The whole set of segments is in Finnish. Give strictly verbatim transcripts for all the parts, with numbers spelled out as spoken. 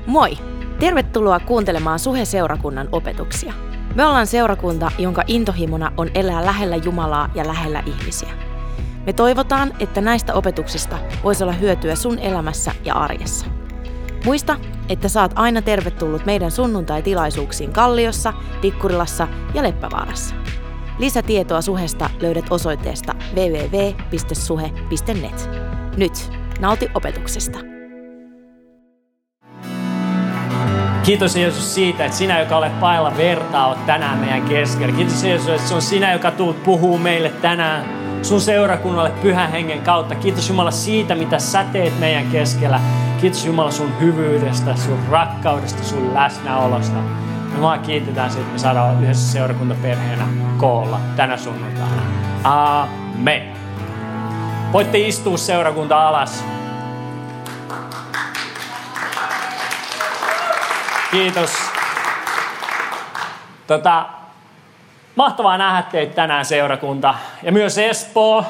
Moi! Tervetuloa kuuntelemaan Suhe-seurakunnan opetuksia. Me ollaan seurakunta, jonka intohimona on elää lähellä Jumalaa ja lähellä ihmisiä. Me toivotaan, että näistä opetuksista voisi olla hyötyä sun elämässä ja arjessa. Muista, että saat aina tervetullut meidän sunnuntai-tilaisuuksiin Kalliossa, Tikkurilassa ja Leppävaarassa. Lisätietoa Suhesta löydät osoitteesta double-u double-u double-u piste suhe piste net. Nyt, nauti opetuksesta. Kiitos Jeesus siitä, että sinä, joka olet pailla vertaa, olet tänään meidän keskellä. Kiitos Jeesus, että se on sinä, joka tuut puhuu meille tänään sun seurakunnalle Pyhän Hengen kautta. Kiitos Jumala siitä, mitä sä teet meidän keskellä. Kiitos Jumala sun hyvyydestä, sun rakkaudesta, sun läsnäolosta. Me vaan kiitetään siitä, että me saadaan yhdessä seurakuntaperheenä koolla tänä sunnuntaina. Amen. Voitte istua seurakunta alas. Kiitos. Tota, mahtavaa nähdä teitä tänään seurakunta. Ja myös Espoo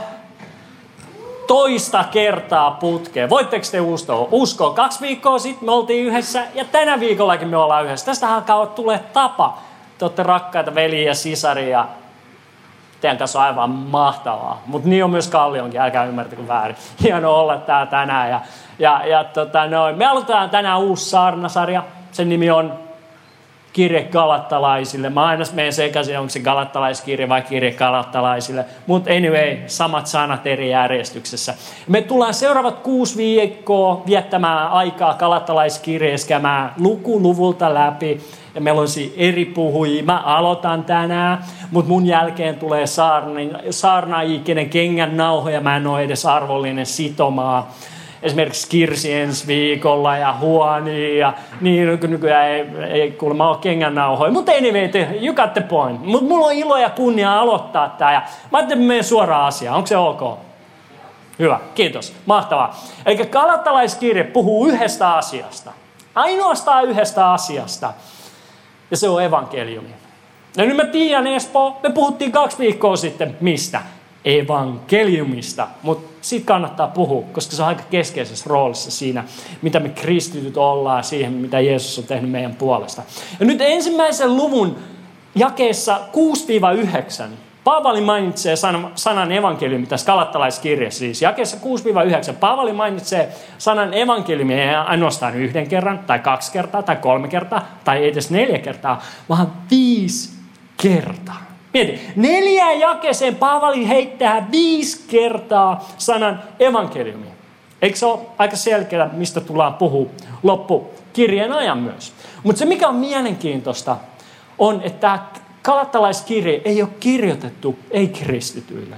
toista kertaa putkeen. Voitteko te uskoa? Uskoa. Kaksi viikkoa sitten me oltiin yhdessä ja tänä viikollakin me ollaan yhdessä. Tästä alkaa tulee tapa. Te olette rakkaita veliä ja sisaria. Teidän kanssa on aivan mahtavaa. Mutta niin on myös Kallionkin, älkää ymmärtäkö väärin. Hienoa olla täällä tänään. Ja, ja, ja tota, noin. Me aloitetaan tänään uusi saarnasarja. Sen nimi on Kirje Galattalaisille. Mä aina menen sekaisin, onko se Galattalaiskirje vai Kirje Galattalaisille. Mutta anyway, samat sanat eri järjestyksessä. Me tullaan seuraavat kuusi viikkoa viettämään aikaa Galattalaiskirjeessä, käymään luku luvulta läpi. Ja meillä on eri puhujia. Mä aloitan tänään, mutta mun jälkeen tulee saarnaajia, kenen kengän nauhoja mä en ole edes arvollinen sitomaan. Esimerkiksi Kirsi ensi viikolla ja Huani ja niin, nykyään ei, ei kuulemma ole kengännauhoja. Mutta anyway, you got the point. Mutta mulla on ilo ja kunnia aloittaa tää. Ja mä ajattelin, että menen suoraan asiaan. Onko se ok? Hyvä, kiitos. Mahtavaa. Eli Galattalaiskirje puhuu yhdestä asiasta. Ainoastaan yhdestä asiasta. Ja se on evankeliumi. Ja nyt mä tiedän, Espoo, me puhuttiin kaksi viikkoa sitten mistä? Evankeliumista, mutta siitä kannattaa puhua, koska se on aika keskeisessä roolissa siinä, mitä me kristityt ollaan, siihen, mitä Jeesus on tehnyt meidän puolesta. Ja nyt ensimmäisen luvun jakeessa kuusi yhdeksän Paavali mainitsee sanan, sanan evankeliumi tässä Galattalaiskirjassa, siis jakeessa kuusi yhdeksän Paavali mainitsee sanan evankeliumi ei ainoastaan yhden kerran, tai kaksi kertaa, tai kolme kertaa, tai ei edes neljä kertaa, vaan viisi kertaa. Mieti, neljään jakeeseen Paavali heittää viisi kertaa sanan evankeliumi. Eikö se ole aika selkeää, mistä tullaan puhua loppukirjeen ajan myös? Mutta se, mikä on mielenkiintoista, on, että tämä Galattalaiskirje ei ole kirjoitettu ei-kristityille,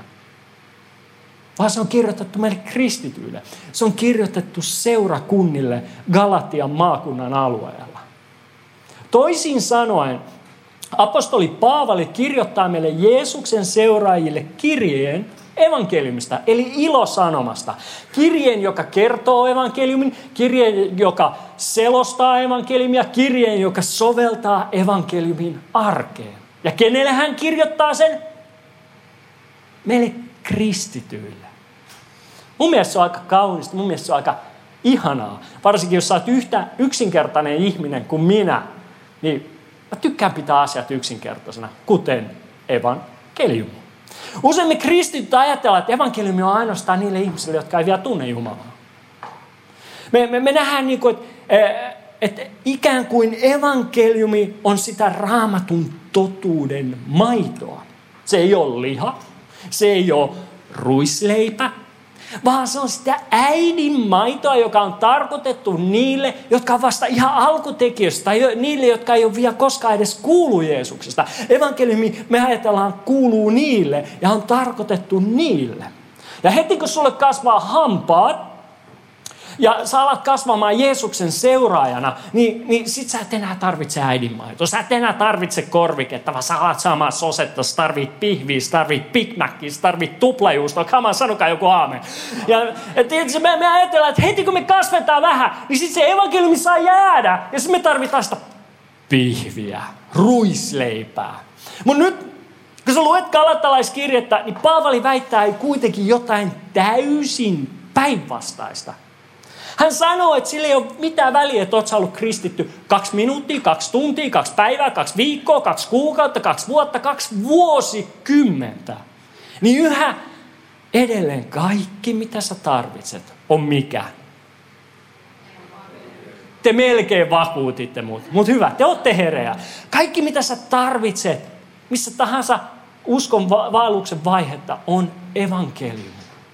vaan se on kirjoitettu meille kristityille. Se on kirjoitettu seurakunnille Galatian maakunnan alueella. Toisin sanoen, apostoli Paavali kirjoittaa meille Jeesuksen seuraajille kirjeen evankeliumista, eli ilosanomasta. Kirjeen, joka kertoo evankeliumin, kirjeen, joka selostaa evankeliumia, kirjeen, joka soveltaa evankeliumin arkeen. Ja kenelle hän kirjoittaa sen? Meille kristityille. Mun mielestä se on aika kaunista, mun mielestä se on aika ihanaa. Varsinkin jos sä oot yhtä yksinkertainen ihminen kuin minä, niin mä tykkään pitää asiat yksinkertaisena, kuten evankeliumi. Usein me kristityt ajatellaan, että evankeliumi on ainoastaan niille ihmisille, jotka ei vielä tunne Jumalaa. Me, me, me nähdään, niin kuin, että, että ikään kuin evankeliumi on sitä Raamatun totuuden maitoa. Se ei ole liha, se ei ole ruisleipä, vaan se on sitä äidin maitoa, joka on tarkoitettu niille, jotka on vasta ihan alkutekijöistä, tai niille, jotka ei ole vielä koskaan edes kuullut Jeesuksesta. Evankeliumi, me ajatellaan, kuuluu niille ja on tarkoitettu niille. Ja heti kun sulle kasvaa hampaat, ja sä alat kasvamaan Jeesuksen seuraajana, niin, niin sit sä et enää tarvitse äidinmaitoa. Sä et enää tarvitse korviketta, vaan sä alat saamaan sosetta, sä tarvit pihviä, sä tarvit Big Macia, sä tarvit tuplajuustoa. Come on, sanokaa joku aamen. Ja tiedätkö, me, me ajatellaan, että heti kun me kasvetaan vähän, niin sit se evankeliumi saa jäädä. Ja sitten me tarvitaan sitä pihviä, ruisleipää. Mut nyt, kun sä luet Galattalaiskirjettä, niin Paavali väittää kuitenkin jotain täysin päinvastaista. Hän sanoo, että sillä ei ole mitään väliä, että oot sä ollut kristitty kaksi minuuttia, kaksi tuntia, kaksi päivää, kaksi viikkoa, kaksi kuukautta, kaksi vuotta, kaksi vuosikymmentä. Niin yhä edelleen kaikki, mitä sä tarvitset, on mikä? Te melkein vakuutitte mut. Mutta hyvä, te olette hereä. Kaikki, mitä sä tarvitset, missä tahansa uskon va- vaelluksen vaihetta, on evankeliumi.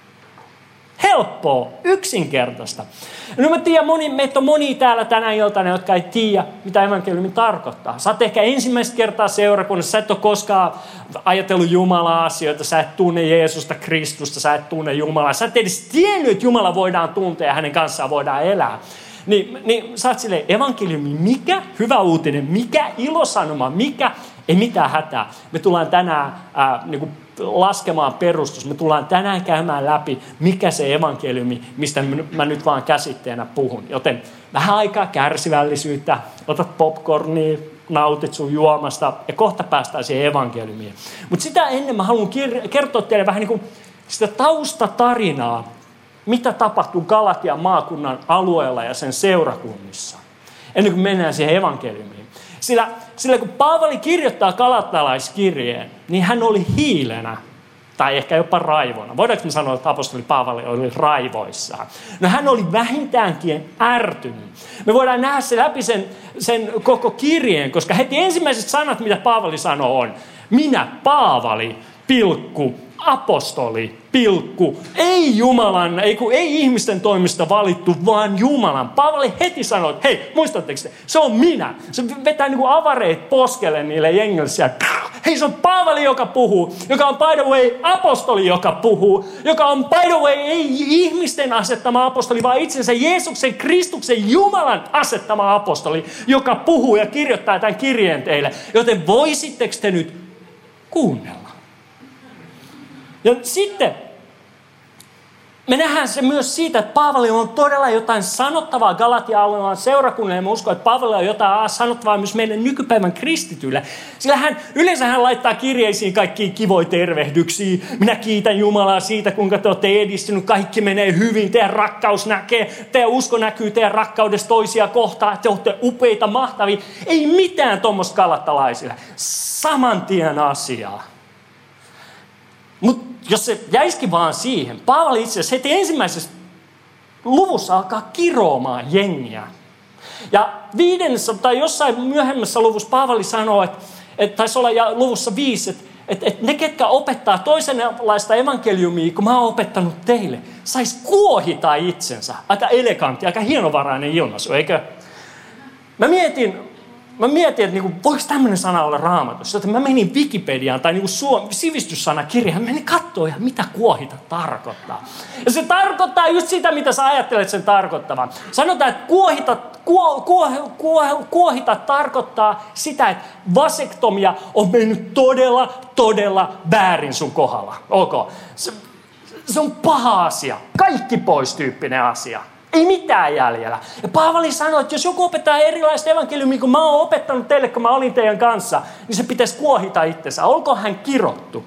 Helppoa, yksinkertaista. No mä tiedän, moni, meitä on moni täällä tänä iltana, jotka ei tiedä, mitä evankeliumi tarkoittaa. Sä oot ehkä ensimmäistä kertaa seurakunnassa, sä et ole koskaan ajatellut Jumalan asioita, sä et tunne Jeesusta, Kristusta, sä et tunne Jumalaa. Sä et edes tiennyt, että Jumala voidaan tuntea ja hänen kanssaan voidaan elää. Niin, niin sä oot silleen, evankeliumi, mikä? Hyvä uutinen, mikä? Ilosanoma, mikä? Ei mitään hätää. Me tullaan tänään ää, niin kuin laskemaan perustus. Me tullaan tänään käymään läpi, mikä se evankeliumi, mistä mä nyt vaan käsitteenä puhun. Joten vähän aikaa kärsivällisyyttä, otat popcornia, nautit sun juomasta ja kohta päästään siihen evankeliumiin. Mutta sitä ennen mä haluan kir- kertoa teille vähän niin kuin sitä taustatarinaa, mitä tapahtuu Galatian maakunnan alueella ja sen seurakunnissa, ennen kuin mennään siihen evankeliumiin. Sillä, sillä kun Paavali kirjoittaa galattalaiskirjeen, niin hän oli hiilenä, tai ehkä jopa raivona. Voidaanko me sanoa, että apostoli Paavali oli raivoissaan? No hän oli vähintäänkin ärtynyt. Me voidaan nähdä se läpi sen, sen koko kirjeen, koska heti ensimmäiset sanat, mitä Paavali sanoo, on minä, Paavali, pilkku, apostoli, pilkku, ei Jumalan, ei, kun, ei ihmisten toimesta valittu, vaan Jumalan. Paavali heti sanoi, että hei, muistatteko te, se on minä. Se vetää niin kuin avareet poskelle niille jengille siellä. Hei, se on Paavali, joka puhuu, joka on by the way apostoli, joka puhuu, joka on by the way ei ihmisten asettama apostoli, vaan itsensä Jeesuksen, Kristuksen, Jumalan asettama apostoli, joka puhuu ja kirjoittaa tämän kirjeen teille. Joten voisitteko te nyt kuunnella? Ja sitten me nähdään se myös siitä, että Paavali on todella jotain sanottavaa Galatian alueen seurakunnille. Ja mä uskon, että Paavali on jotain sanottavaa myös meidän nykypäivän kristityille. Sillä hän, yleensä hän laittaa kirjeisiin kaikkia kivoja tervehdyksiä. Minä kiitän Jumalaa siitä, kuinka te olette edistynyt. Kaikki menee hyvin. Teidän rakkaus näkee. Teidän usko näkyy teidän rakkaudessa toisia kohtaan. Te olette upeita, mahtavia. Ei mitään tuommoista galattalaisille. Saman tien asiaa. Mutta jos se jäisikin vaan siihen, Paavali itse asiassa heti ensimmäisessä luvussa alkaa kiroamaan jengiä. Ja viidennessä tai jossain myöhemmässä luvussa Paavali sanoo, että, että taisi olla ja luvussa viisi, että, että, että ne, ketkä opettaa toisenlaista evankeliumia, kun mä oon opettanut teille, sais kuohita itsensä. Aika elegantti, aika hienovarainen ilmaisu, eikö? Mä mietin... Mä mietin, että niinku, voiko tämmöinen sana olla Raamatussa. Että mä menin Wikipediaan tai niinku suom- sivistyssanakirjaan, menin katsoa, mitä kuohita tarkoittaa. Ja se tarkoittaa just sitä, mitä sä ajattelet sen tarkoittavan. Sanotaan, että kuohita, kuo, kuo, kuo, kuohita tarkoittaa sitä, että vasektomia on mennyt todella, todella väärin sun kohdalla. Ok. Se, se on paha asia. Kaikki pois tyyppinen asia. Ei mitään jäljellä. Ja Paavali sanoi, että jos joku opettaa erilaista evankeliumia, kun mä oon opettanut teille, kun mä olin teidän kanssa, niin se pitäisi kuohita itsensä. Olko hän kirottu?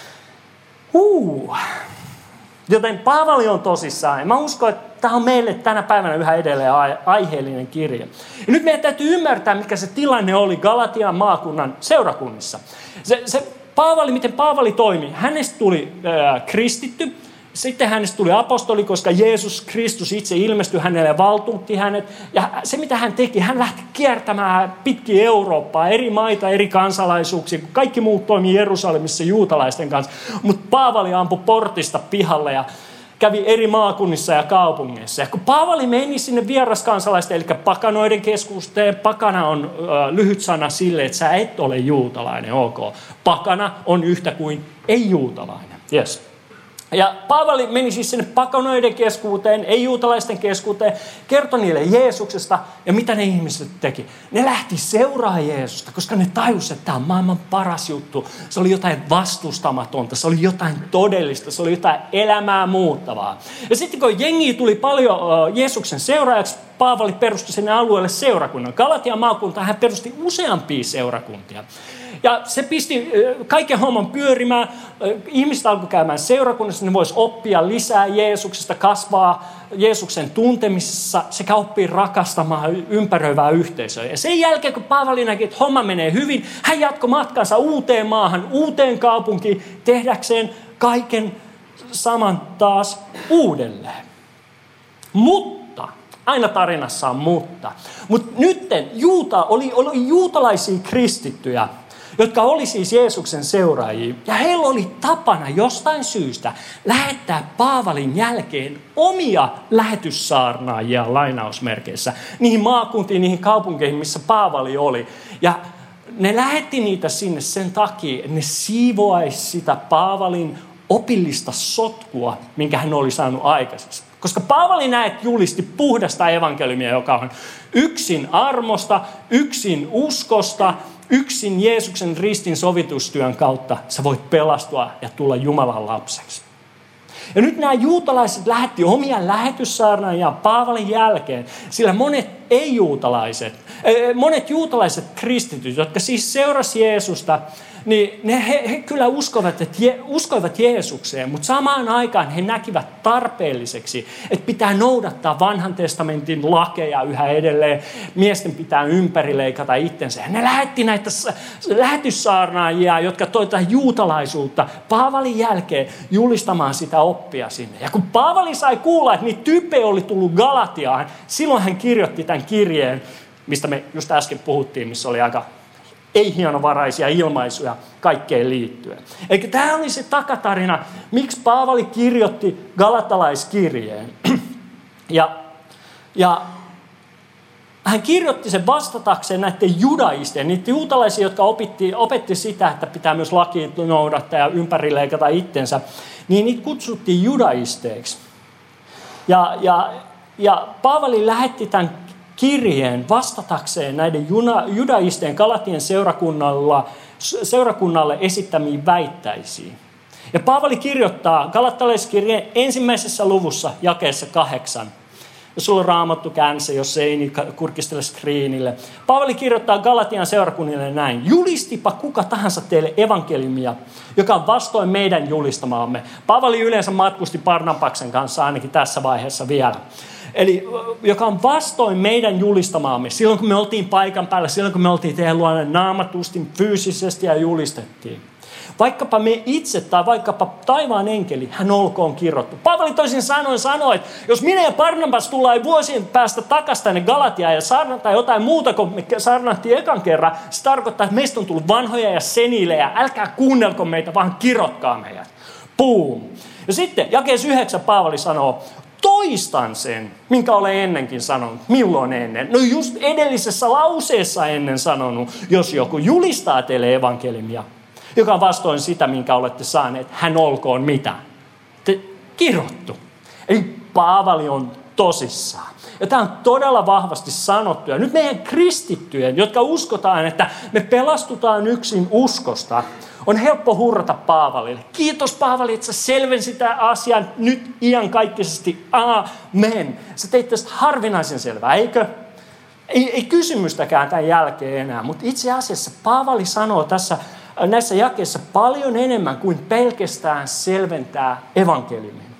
Huu. Joten Paavali on tosissaan. Ja mä uskon, että tämä on meille tänä päivänä yhä edelleen aiheellinen kirja. Ja nyt meidän täytyy ymmärtää, mikä se tilanne oli Galatian maakunnan seurakunnissa. Se, se Paavali, miten Paavali toimi. Hänestä tuli äh, kristitty. Sitten hänestä tuli apostoli, koska Jeesus Kristus itse ilmestyi hänelle ja valtuutti hänet. Ja se, mitä hän teki, hän lähti kiertämään pitkin Eurooppaa, eri maita, eri kansalaisuuksia. Kaikki muut toimi Jerusalemissa juutalaisten kanssa. Mutta Paavali ampui portista pihalle ja kävi eri maakunnissa ja kaupungeissa. Ja kun Paavali meni sinne vieraskansalaisten, eli pakanoiden keskusteen, pakana on äh, lyhyt sana sille, että sä et ole juutalainen, ok. Pakana on yhtä kuin ei-juutalainen, yes. Ja Paavali meni siis sinne pakanoiden keskuuteen, ei-juutalaisten keskuuteen, kertoi niille Jeesuksesta ja mitä ne ihmiset teki. Ne lähti seuraamaan Jeesusta, koska ne tajusivat, että tämä on maailman paras juttu. Se oli jotain vastustamatonta, se oli jotain todellista, se oli jotain elämää muuttavaa. Ja sitten kun jengi tuli paljon Jeesuksen seuraajaksi, Paavali perusti sinne alueelle seurakunnan. Galatian maakunta hän perusti useampia seurakuntia. Ja se pisti kaiken homman pyörimään. Ihmiset alkoi käymään seurakunnassa, ne vois oppia lisää Jeesuksesta, kasvaa Jeesuksen tuntemisessa sekä oppia rakastamaan ympäröivää yhteisöä. Ja sen jälkeen, kun Paavali näki, että homma menee hyvin, hän jatkoi matkansa uuteen maahan, uuteen kaupunkiin, tehdäkseen kaiken saman taas uudelleen. Mutta, aina tarinassa on mutta, mutta nyt juuta, oli, oli juutalaisia kristittyjä, jotka oli siis Jeesuksen seuraajia. Ja heillä oli tapana jostain syystä lähettää Paavalin jälkeen omia lähetyssaarnaajia lainausmerkeissä niihin maakuntiin, niihin kaupunkeihin, missä Paavali oli. Ja ne lähetti niitä sinne sen takia, että ne siivoaisi sitä Paavalin opillista sotkua, minkä hän oli saanut aikaiseksi. Koska Paavali näet julisti puhdasta evankeliumia, joka on yksin armosta, yksin uskosta, yksin Jeesuksen ristin sovitustyön kautta sä voit pelastua ja tulla Jumalan lapseksi. Ja nyt nämä juutalaiset lähetti omia lähetyssaarnaajia Paavalin jälkeen, sillä monet ei-juutalaiset, monet juutalaiset kristityt, jotka siis seurasi Jeesusta, niin ne, he, he kyllä uskoivat, että je, uskoivat Jeesukseen, mutta samaan aikaan he näkivät tarpeelliseksi, että pitää noudattaa vanhan testamentin lakeja yhä edelleen. Miesten pitää ympärileikata itsensä. Ja ne lähetti näitä lähetyssaarnaajia, jotka toivat juutalaisuutta Paavalin jälkeen julistamaan sitä oppia sinne. Ja kun Paavali sai kuulla, että niitä tyyppejä oli tullut Galatiaan, silloin hän kirjoitti tämän kirjeen, mistä me just äsken puhuttiin, missä oli aika ei-hienovaraisia ilmaisuja kaikkeen liittyen. Eikä tämä oli se takatarina, miksi Paavali kirjoitti galatalaiskirjeen. Ja, ja hän kirjoitti sen vastatakseen näiden judaisten, niiden juutalaisia, jotka opitti, opetti sitä, että pitää myös lakia noudattaa ja ympärileikata itsensä, niin niitä kutsuttiin judaisteiksi. Ja, ja, ja Paavali lähetti tämän kirjeen vastatakseen näiden judaisten Galatien seurakunnalla, seurakunnalle esittämiin väittäisiin. Ja Paavali kirjoittaa galattalaiskirjeen ensimmäisessä luvussa jakeessa kahdeksan. Jos sulla on Raamattu käännissä, jos ei, niin kurkistele screenille. Paavali kirjoittaa Galatian seurakunnille näin. Julistipa kuka tahansa teille evankeliumia, joka on vastoin meidän julistamaamme. Paavali yleensä matkusti Barnabaksen kanssa ainakin tässä vaiheessa vielä. Eli joka on vastoin meidän julistamaamme. Silloin kun me oltiin paikan päällä, silloin kun me oltiin teidän luonne naamatusti fyysisesti ja julistettiin. Vaikkapa me itse tai vaikkapa taivaan enkeli, hän olkoon kirjoittu. Paavali toisin sanoen sanoi, että jos minä ja Barnabas tullaan vuosien päästä takaisin tänne Galatiaan ja saarnataan jotain muuta kuin me saarnattiin ekan kerran, se tarkoittaa, että meistä on tullut vanhoja ja seniilejä. Älkää kuunnelko meitä, vaan kirotkaa meidät. Boom. Ja sitten jakeessa yhdeksän Paavali sanoo, toistan sen, minkä olen ennenkin sanonut. Milloin ennen? No just edellisessä lauseessa ennen sanonut, jos joku julistaa teille evankeliumia, joka on vastoin sitä, minkä olette saaneet, hän olkoon mitä? Te, kirottu. Eli Paavali on tosissaan. Ja tämä on todella vahvasti sanottu. Ja nyt meidän kristittyjen, jotka uskotaan, että me pelastutaan yksin uskosta, on helppo hurrata Paavalille. Kiitos Paavali, että sä selvensit sitä asiaa nyt iankaikkisesti. Amen. Sä teit tästä harvinaisen selvää, eikö? Ei, ei kysymystäkään tämän jälkeen enää, mutta itse asiassa Paavali sanoo tässä näissä jakeissa paljon enemmän kuin pelkästään selventää evankeliumin.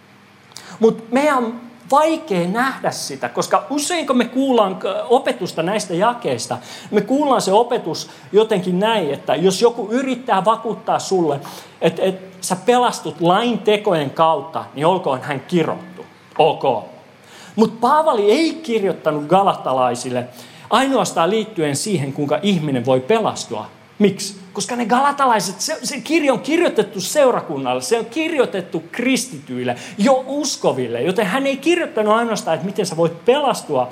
Mutta meidän on vaikea nähdä sitä, koska usein kun me kuullaan opetusta näistä jakeista, me kuullaan se opetus jotenkin näin, että jos joku yrittää vakuuttaa sulle, että, että sä pelastut lain tekojen kautta, niin olkoon hän kirottu. Ok. Mutta Paavali ei kirjoittanut galatalaisille ainoastaan liittyen siihen, kuinka ihminen voi pelastua. Miksi? Koska ne galatalaiset, se, se kirja on kirjoitettu seurakunnalle, se on kirjoitettu kristityille, jo uskoville, joten hän ei kirjoittanut ainoastaan, että miten sä voit pelastua.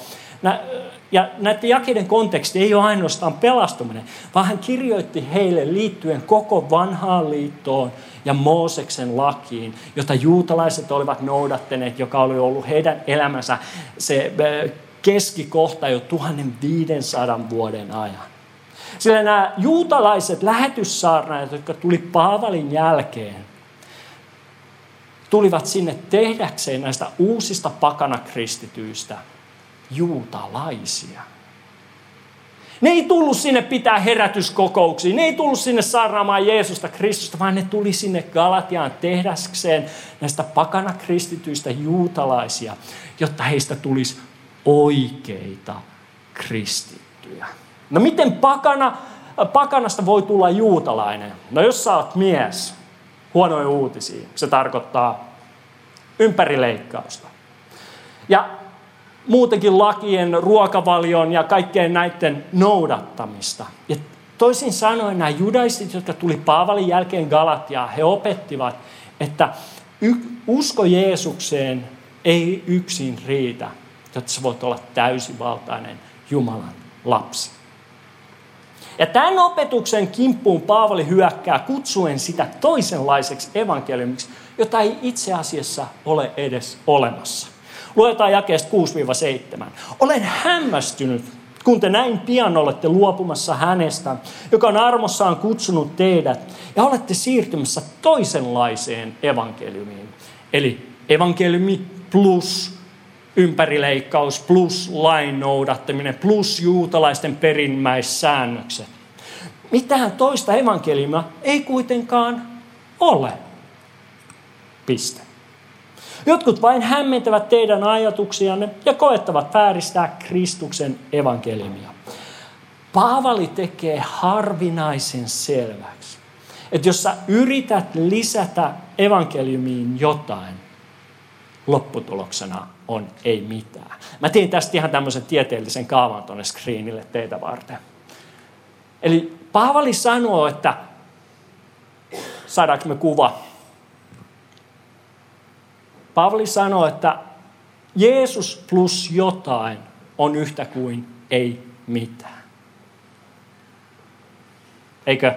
Ja näiden jakeiden konteksti ei ole ainoastaan pelastuminen, vaan hän kirjoitti heille liittyen koko vanhaan liittoon ja Mooseksen lakiin, jota juutalaiset olivat noudattaneet, joka oli ollut heidän elämänsä se keskikohta jo tuhatviisisataa vuoden ajan. Sillä nämä juutalaiset lähetyssaarnaajat, jotka tuli Paavalin jälkeen, tulivat sinne tehdäkseen näistä uusista pakanakristityistä juutalaisia. Ne ei tullut sinne pitää herätyskokouksia, ne ei tullut sinne saarnaamaan Jeesusta Kristusta, vaan ne tuli sinne Galatiaan tehdäkseen näistä pakanakristityistä juutalaisia, jotta heistä tulisi oikeita kristittyjä. No miten pakana, pakanasta voi tulla juutalainen? No jos sä oot mies, huonoja uutisia, se tarkoittaa ympärileikkausta. Ja muutenkin lakien, ruokavalion ja kaikkeen näiden noudattamista. Ja toisin sanoen nämä judaistit, jotka tuli Paavalin jälkeen Galatiaan, he opettivat, että usko Jeesukseen ei yksin riitä, jotta sä voit olla täysivaltainen Jumalan lapsi. Ja tämän opetuksen kimppuun Paavali hyökkää kutsuen sitä toisenlaiseksi evankeliumiksi, jota ei itse asiassa ole edes olemassa. Luetaan jakeesta kuusi seitsemän. Olen hämmästynyt, kun te näin pian olette luopumassa hänestä, joka on armossaan kutsunut teidät, ja olette siirtymässä toisenlaiseen evankeliumiin. Eli evankeliumi plus ympärileikkaus, plus lain noudattaminen, plus juutalaisten perimmäissäännökset. Mitään toista evankeliumia ei kuitenkaan ole. Piste. Jotkut vain hämmentävät teidän ajatuksianne ja koettavat vääristää Kristuksen evankeliumia. Paavali tekee harvinaisen selväksi, että jos sä yrität lisätä evankeliumiin jotain, lopputuloksena on ei mitään. Mä tein tästä ihan tämmöisen tieteellisen kaavan tuonne screenille teitä varten. Eli Paavali sanoo, että saadaanko me kuva? Paavali sanoo, että Jeesus plus jotain on yhtä kuin ei mitään. Eikö?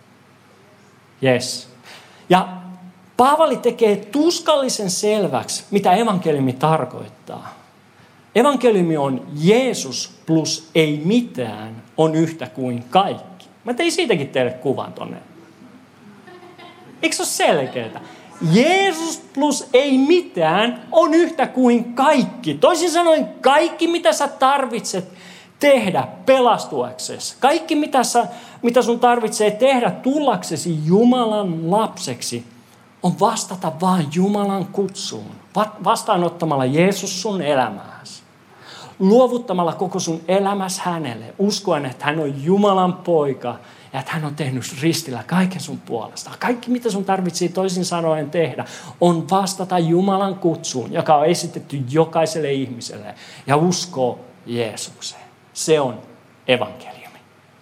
Yes. Ja Paavali tekee tuskallisen selväksi, mitä evankeliumi tarkoittaa. Evankeliumi on Jeesus plus ei mitään on yhtä kuin kaikki. Mä tein siitäkin teille kuvan tonne. Eikö se ole selkeää? Jeesus plus ei mitään on yhtä kuin kaikki. Toisin sanoen kaikki, mitä sä tarvitset tehdä pelastuaksesi. Kaikki, mitä, sä, mitä sun tarvitsee tehdä tullaksesi Jumalan lapseksi, on vastata vain Jumalan kutsuun. Vastaanottamalla Jeesus sun elämääsi. Luovuttamalla koko sun elämäsi hänelle. Uskoen, että hän on Jumalan poika ja että hän on tehnyt ristillä kaiken sun puolesta. Kaikki, mitä sun tarvitsee toisin sanoen tehdä, on vastata Jumalan kutsuun, joka on esitetty jokaiselle ihmiselle ja uskoo Jeesukseen. Se on evankeliumi.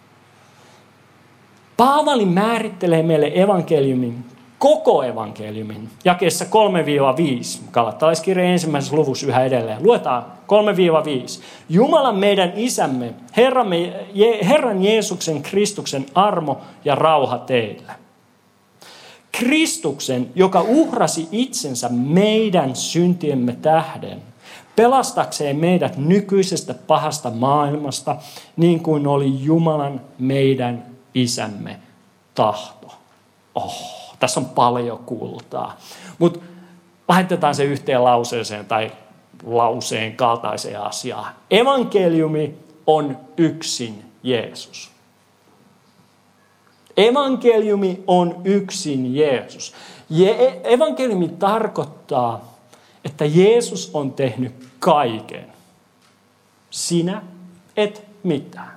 Paavali määrittelee meille evankeliumin, koko evankeliumin, jakeessa kolme viisi. Galattalaiskirjeen ensimmäisessä luvussa yhä edelleen. Luetaan kolme viisi. Jumalan meidän isämme, Herramme, Herran Jeesuksen Kristuksen armo ja rauha teille. Kristuksen, joka uhrasi itsensä meidän syntiemme tähden, pelastakseen meidät nykyisestä pahasta maailmasta, niin kuin oli Jumalan meidän isämme tahto. Oh. Tässä on paljon kultaa. Mutta laitetaan se yhteen lauseeseen tai lauseen kaltaiseen asiaan. Evankeliumi on yksin Jeesus. Evankeliumi on yksin Jeesus. Je- evankeliumi tarkoittaa, että Jeesus on tehnyt kaiken. Sinä et mitään.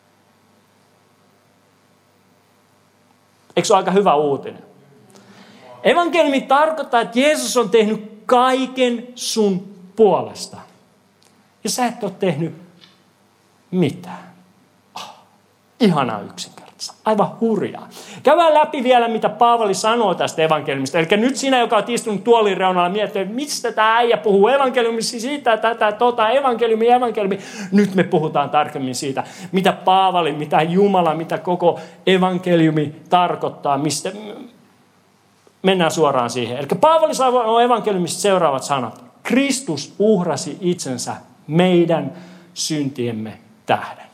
Eikö se ole aika hyvä uutinen? Evankeliumi tarkoittaa, että Jeesus on tehnyt kaiken sun puolesta. Ja sä et ole tehnyt mitään. Oh, ihanaa yksinkertaista. Aivan hurjaa. Käydään läpi vielä, mitä Paavali sanoo tästä evankeliumista. Eli nyt sinä, joka on istunut tuolin reunalla, miettii, että mistä tämä äijä puhuu evankeliumissa, siitä, tätä, tota, evankeliumi, evankeliumi. Nyt me puhutaan tarkemmin siitä, mitä Paavali, mitä Jumala, mitä koko evankeliumi tarkoittaa, mistä... Mennään suoraan siihen. Eli Paavali sanoo evankeliumista seuraavat sanat. Kristus uhrasi itsensä meidän syntiemme tähden.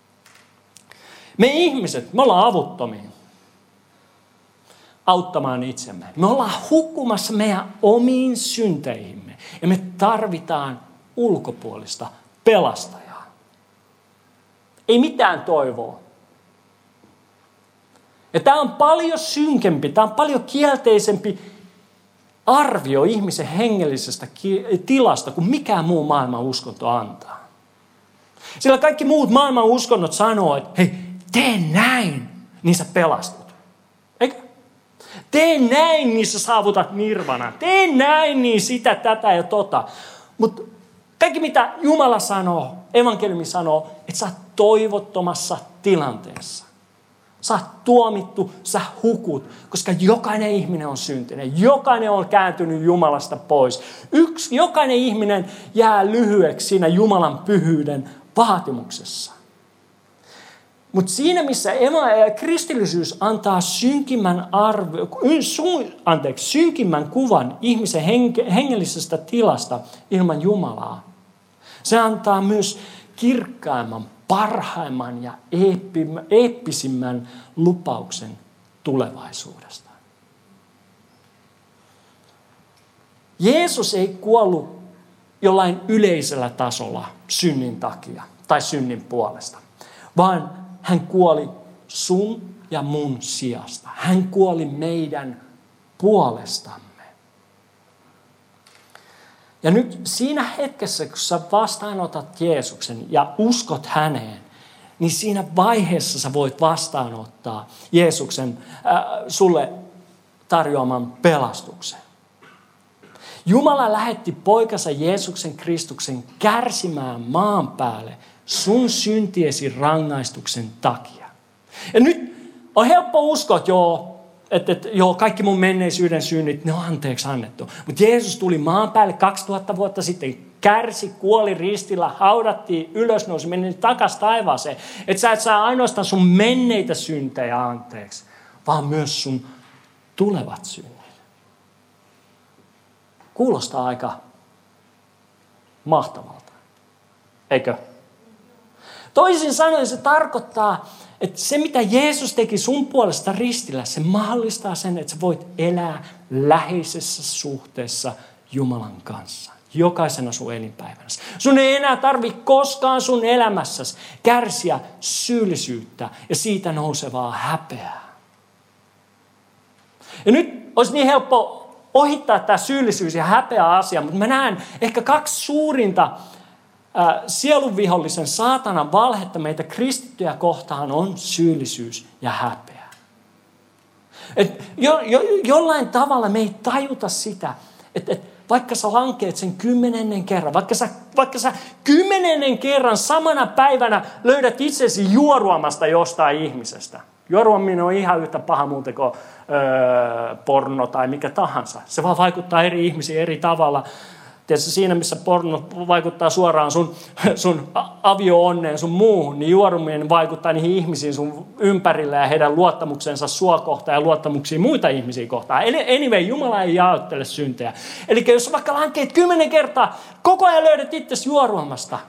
Me ihmiset, me ollaan avuttomia auttamaan itsemme. Me ollaan hukkumassa meidän omiin synteihimme. Ja me tarvitaan ulkopuolista pelastajaa. Ei mitään toivoa. Ja tämä on paljon synkempi, tämä on paljon kielteisempi arvio ihmisen hengellisestä tilasta kuin mikään muu maailman uskonto antaa. Sillä kaikki muut maailman uskonnot sanoo, että hei, tee näin, niin sä pelastut. Eikö? Tee näin, niin sä saavutat nirvana. Tee näin, niin sitä, tätä ja tota. Mutta kaikki mitä Jumala sanoo, evankeliumi sanoo, että sä oot toivottomassa tilanteessa. Sä oot tuomittu, sä hukut, koska jokainen ihminen on syntinen. Jokainen on kääntynyt Jumalasta pois. Yksi, jokainen ihminen jää lyhyeksi siinä Jumalan pyhyyden vaatimuksessa. Mutta siinä, missä kristillisyys antaa synkimmän, arvio, anteeksi, synkimmän kuvan ihmisen hengellisestä tilasta ilman Jumalaa, se antaa myös kirkkaimman, parhaimman ja eeppisimmän lupauksen tulevaisuudesta. Jeesus ei kuollut jollain yleisellä tasolla synnin takia tai synnin puolesta, vaan hän kuoli sun ja mun sijasta. Hän kuoli meidän puolestamme. Ja nyt siinä hetkessä, kun sä vastaanotat Jeesuksen ja uskot häneen, niin siinä vaiheessa sä voit vastaanottaa Jeesuksen äh, sulle tarjoaman pelastuksen. Jumala lähetti poikansa Jeesuksen Kristuksen kärsimään maan päälle sun syntiesi rangaistuksen takia. Ja nyt on helppo uskoa, että joo, että, että joo, kaikki mun menneisyyden synnit, ne on anteeksi annettu. Mutta Jeesus tuli maan päälle kaksituhatta vuotta sitten, kärsi, kuoli ristillä, haudattiin, ylösnousi, meni takaisin taivaaseen. Että sä et saa ainoastaan sun menneitä syntejä anteeksi, vaan myös sun tulevat synnit. Kuulostaa aika mahtavalta, eikö? Toisin sanoen se tarkoittaa, että se mitä Jeesus teki sun puolesta ristillä, se mahdollistaa sen, että sä voit elää läheisessä suhteessa Jumalan kanssa. Jokaisena sun elinpäivänässä. Sun ei enää tarvitse koskaan sun elämässäsi kärsiä syyllisyyttä ja siitä nousevaa häpeää. Ja nyt olisi niin helppo ohittaa tämä syyllisyys ja häpeä asia, mutta mä näen ehkä kaksi suurinta äh, sielunvihollisen saatanan valhetta meitä kristittyjä kohtaan on syyllisyys ja häpeä. Et jo, jo, jollain tavalla me ei tajuta sitä, että et vaikka sä lankeet sen kymmenennen kerran, vaikka sä, vaikka sä kymmenennen kerran samana päivänä löydät itsesi juoruamasta jostain ihmisestä. Juoruaminen on ihan yhtä paha muuten kuin öö, porno tai mikä tahansa. Se vaan vaikuttaa eri ihmisiin eri tavalla. Tietysti siinä, missä porno vaikuttaa suoraan sun, sun avio-onneen, sun muuhun, niin juoruminen vaikuttaa niihin ihmisiin sun ympärillä ja heidän luottamuksensa sua kohtaan ja luottamuksiin muita ihmisiä kohtaan. Eli anyway, Jumala ei jaottele syntejä. Eli jos vaikka lankeet kymmenen kertaa, koko ajan löydät itsesi juoruamasta.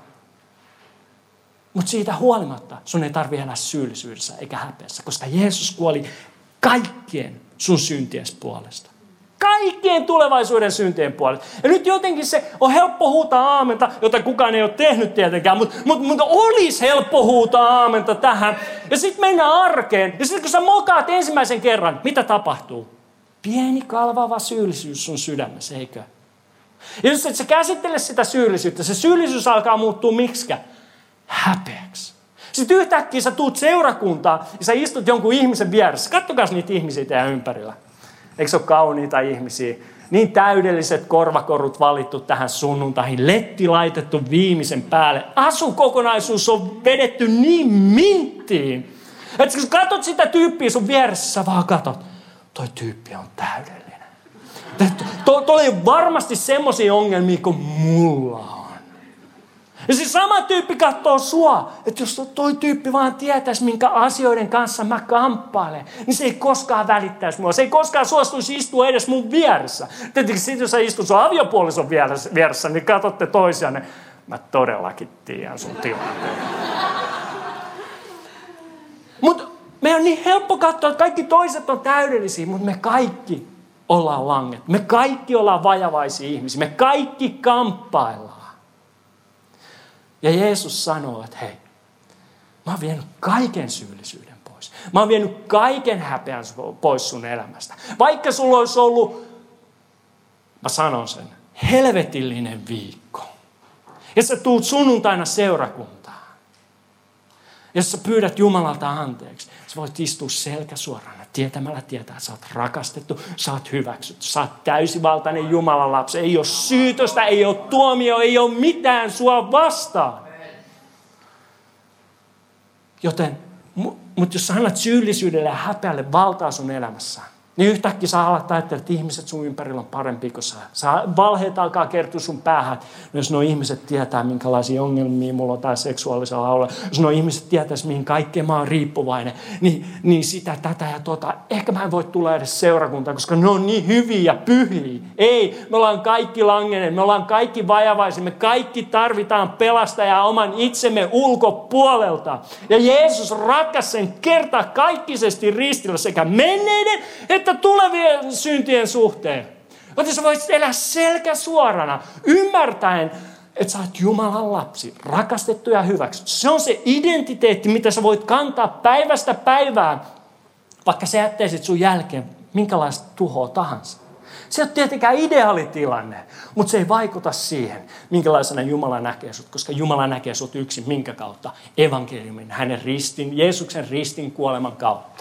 Mutta siitä huolimatta sun ei tarvitse elää syyllisyydessä eikä häpeässä, koska Jeesus kuoli kaikkien sun synties puolesta. Kaikkien tulevaisuuden syntien puolesta. Ja nyt jotenkin se on helppo huutaa aamenta, jota kukaan ei ole tehnyt tietenkään, mutta, mutta, mutta olisi helppo huutaa aamenta tähän. Ja sitten mennään arkeen. Ja sitten kun sä mokaat ensimmäisen kerran, mitä tapahtuu? Pieni kalvava syyllisyys sun sydämessä, eikö? Ja jos et sä käsittele sitä syyllisyyttä, se syyllisyys alkaa muuttua miksikä? Häpeäksi. Sitten yhtäkkiä sä tuut seurakuntaan ja sä istut jonkun ihmisen vieressä. Kattokaa niitä ihmisiä teidän ympärillä. Eikö se ole kauniita ihmisiä? Niin täydelliset korvakorut valittu tähän sunnuntaihin. Letti laitettu viimeisen päälle. Asukokonaisuus on vedetty niin minttiin. Että kun katsot sitä tyyppiä sun vieressä, sä vaan katsot. Toi tyyppi on täydellinen. Tuolla ei ole varmasti semmoisia ongelmia kuin mulla on. Ja se sama tyyppi katsoo sua, että jos toi tyyppi vaan tietäisi, minkä asioiden kanssa mä kamppailen, niin se ei koskaan välittäisi mua. Se ei koskaan suostuisi istua edes mun vieressä. Tietenkin sitten, jos sä istut sun aviopuolison vieressä, niin katsotte toisianne. Mä todellakin tiedän sun tilanteen. Mutta me on niin helppo katsoa, että kaikki toiset on täydellisiä, mutta me kaikki ollaan langet. Me kaikki ollaan vajavaisia ihmisiä. Me kaikki kamppaillaan. Ja Jeesus sanoo, että hei, mä oon vienyt kaiken syyllisyyden pois. Mä oon vienyt kaiken häpeän pois sun elämästä. Vaikka sulla olisi ollut, mä sanon sen, helvetillinen viikko. Ja sä tuut sunnuntaina seurakuntaan. Jos sä pyydät Jumalalta anteeksi, sä voit istua selkä suorana tietämällä tietää, että sä oot rakastettu, sä oot hyväksytty, sä oot täysivaltainen Jumalan lapsi. Ei ole syytöstä, ei ole tuomio, ei ole mitään sua vastaan. Joten, mutta jos sä annat syyllisyydelle ja häpeälle valtaa sun elämässä, niin yhtäkkiä sä alat ajattelemaan, että ihmiset sun ympärillä on parempi kuin sä. Sä valheet alkaa kertoa sun päähän. No jos nuo ihmiset tietää, minkälaisia ongelmia mulla on tää seksuaalisella alueella. Jos nuo ihmiset tietäisi, mihin kaikkeen mä oon riippuvainen. Niin, niin sitä, tätä ja tota. Ehkä mä en voi tulla edes seurakuntaan, koska ne on niin hyviä ja pyhiä. Ei, me ollaan kaikki langenneet. Me ollaan kaikki vajavaisia. Me kaikki tarvitaan pelastajaa oman itsemme ulkopuolelta. Ja Jeesus ratkaisi sen kertakaikkisesti ristillä sekä menneiden että tulevien syntien suhteen. Joten sä voisit elää selkä suorana, ymmärtäen, että sä oot Jumalan lapsi, rakastettu ja hyväksytty. Se on se identiteetti, mitä sä voit kantaa päivästä päivään, vaikka sä jättäisit sun jälkeen minkälaista tuhoa tahansa. Se ei ole tietenkään ideaalitilanne, mutta se ei vaikuta siihen, minkälaisena Jumala näkee sut, koska Jumala näkee sut yksin minkä kautta? Evankeliumin, hänen ristin, Jeesuksen ristin kuoleman kautta.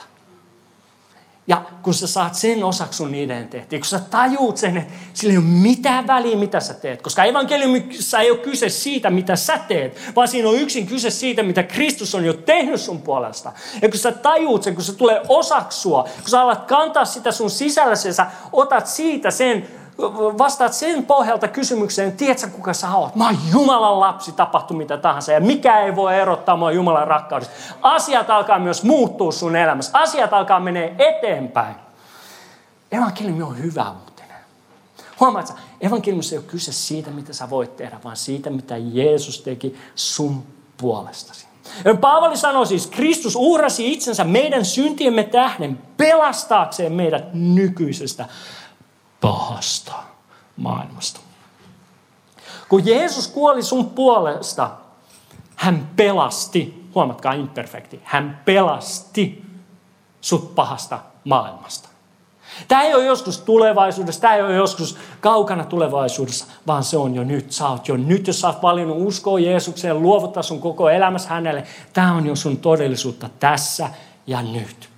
Ja kun sä saat sen osaksi sun identiteettiä, kun sä tajuut sen, että sillä ei ole mitään väliä, mitä sä teet. Koska evankeliumissa ei ole kyse siitä, mitä sä teet, vaan siinä on yksin kyse siitä, mitä Kristus on jo tehnyt sun puolesta. Ja kun sä tajuut sen, kun se tulee osaksi sua, kun sä alat kantaa sitä sun sisälläsi ja sä otat siitä sen, vastaat sen pohjalta kysymykseen, tiedätkö kuka sä oot? Mä oon Jumalan lapsi, tapahtui mitä tahansa ja mikä ei voi erottaa mua Jumalan rakkaudesta. Asiat alkaa myös muuttua sun elämässä. Asiat alkaa menee eteenpäin. Evankeliumi on hyvä uutinen. Huomaatko, evankeliumissa ei ole kyse siitä, mitä sä voit tehdä, vaan siitä, mitä Jeesus teki sun puolestasi. Paavali sanoi siis, Kristus uhrasi itsensä meidän syntiemme tähden pelastaakseen meidät nykyisestä pahasta maailmasta. Kun Jeesus kuoli sun puolesta, hän pelasti, huomatkaa imperfekti, hän pelasti sut pahasta maailmasta. Tämä ei ole joskus tulevaisuudessa, tämä ei ole joskus kaukana tulevaisuudessa, vaan se on jo nyt. Sä oot jo nyt, jos sä oot valinnut uskoa Jeesukseen, luovuttaa sun koko elämässä hänelle, tämä on jo sun todellisuutta tässä ja nyt.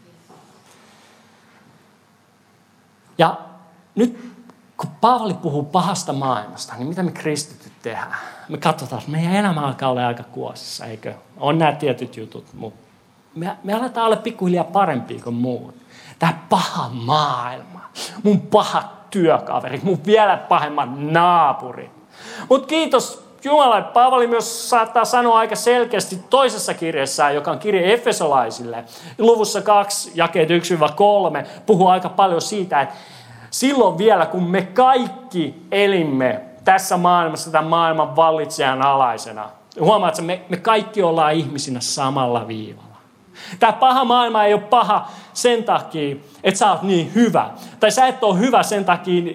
Ja nyt kun Paavali puhuu pahasta maailmasta, niin mitä me kristityt tehdään? Me katsotaan, että meidän elämä alkaa olla aika kuosissa, eikö? On nämä tietyt jutut, mutta me, me aletaan olla pikkuhiljaa parempia kuin muut. Tämä paha maailma, mun pahat työkaverit, mun vielä pahemmat naapurit. Mutta kiitos Jumala, Paavali myös saattaa sanoa aika selkeästi toisessa kirjassa, joka on kirje Efesolaisille. Luvussa kaksi, jakeet yksi kolme, puhuu aika paljon siitä, että silloin vielä, kun me kaikki elimme tässä maailmassa tämän maailman vallitsejan alaisena. Huomaatko, me, me kaikki ollaan ihmisinä samalla viivalla. Tämä paha maailma ei ole paha sen takia, että sä oot niin hyvä. Tai sä et ole hyvä sen takia,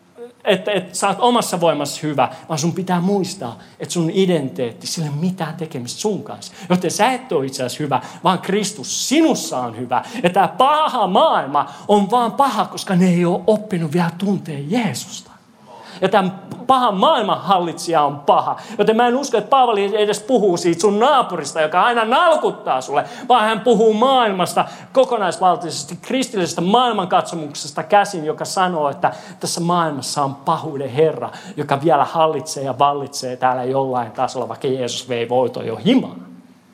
että, että sä oot omassa voimassa hyvä, vaan sun pitää muistaa, että sun identiteetti, sillä ei ole mitään tekemistä sun kanssa. Joten sä et ole itse asiassa hyvä, vaan Kristus sinussa on hyvä. Ja tämä paha maailma on vaan paha, koska ne ei ole oppinut vielä tuntee Jeesusta. Ja tämän pahan maailman hallitsija on paha. Joten mä en usko, että Paavali edes puhuu siitä sun naapurista, joka aina nalkuttaa sulle, vaan hän puhuu maailmasta kokonaisvaltaisesti, kristillisestä maailmankatsomuksesta käsin, joka sanoo, että tässä maailmassa on pahuuden Herra, joka vielä hallitsee ja vallitsee täällä jollain tasolla, vaikka Jeesus vei voiton jo himaan.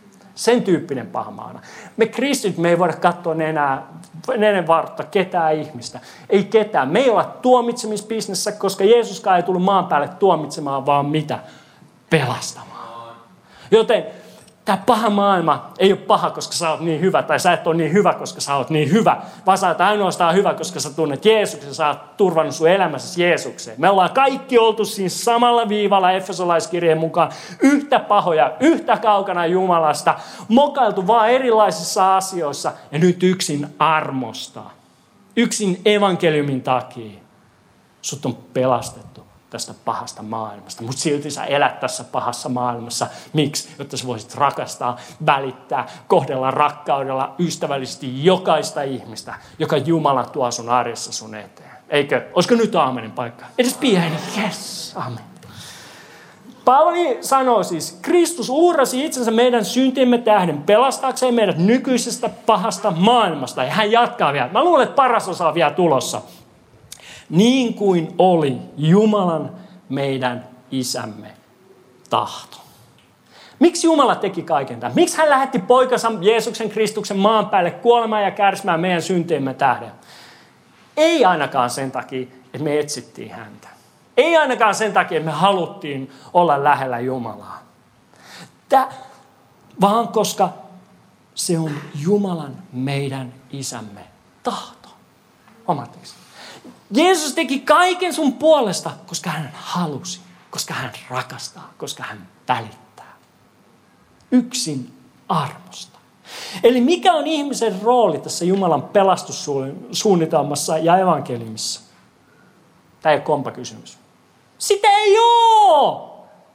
Sen tyyppinen paha maailma. Me kristityt, me ei voida katsoa enää ennen vartta ketään ihmistä. Ei ketään. Me ei olla tuomitsemisbisnessä, koska Jeesuskaan ei tullut maan päälle tuomitsemaan, vaan mitä? Pelastamaan. Joten tämä paha maailma ei ole paha, koska sä oot niin hyvä, tai sä et ole niin hyvä, koska sä oot niin hyvä, vaan sä oot ainoastaan hyvä, koska sä tunnet Jeesuksen, sä oot turvannut sun elämässäsi Jeesukseen. Me ollaan kaikki oltu siinä samalla viivalla Efesolaiskirjeen mukaan, yhtä pahoja, yhtä kaukana Jumalasta, mokailtu vaan erilaisissa asioissa, ja nyt yksin armosta, yksin evankeliumin takia, sut on pelastettu tästä pahasta maailmasta, mutta silti sä elät tässä pahassa maailmassa. Miksi? Jotta sä voisit rakastaa, välittää, kohdella rakkaudella ystävällisesti jokaista ihmistä, joka Jumala tuo sun arjessa sun eteen. Eikö? Olisiko nyt aamenin paikka? Edes pieni. Yes, amen. Paavali sanoo siis, Kristus uhrasi itsensä meidän syntiemme tähden pelastaakseen meidät nykyisestä pahasta maailmasta. Ja hän jatkaa vielä. Mä luulen, että paras osa on vielä tulossa. Niin kuin oli Jumalan meidän isämme tahto. Miksi Jumala teki kaiken tämän? Miksi hän lähetti poikansa Jeesuksen Kristuksen maan päälle kuolemaan ja kärsimään meidän syntiemme tähden? Ei ainakaan sen takia, että me etsittiin häntä. Ei ainakaan sen takia, että me haluttiin olla lähellä Jumalaa. Tää, vaan koska se on Jumalan meidän isämme tahto. Huomaatteko? Jeesus teki kaiken sun puolesta, koska hän halusi, koska hän rakastaa, koska hän välittää. Yksin armosta. Eli mikä on ihmisen rooli tässä Jumalan pelastussuunnitelmassa ja evankeliumissa? Tämä ei ole kompakysymys. Sitä ei ole!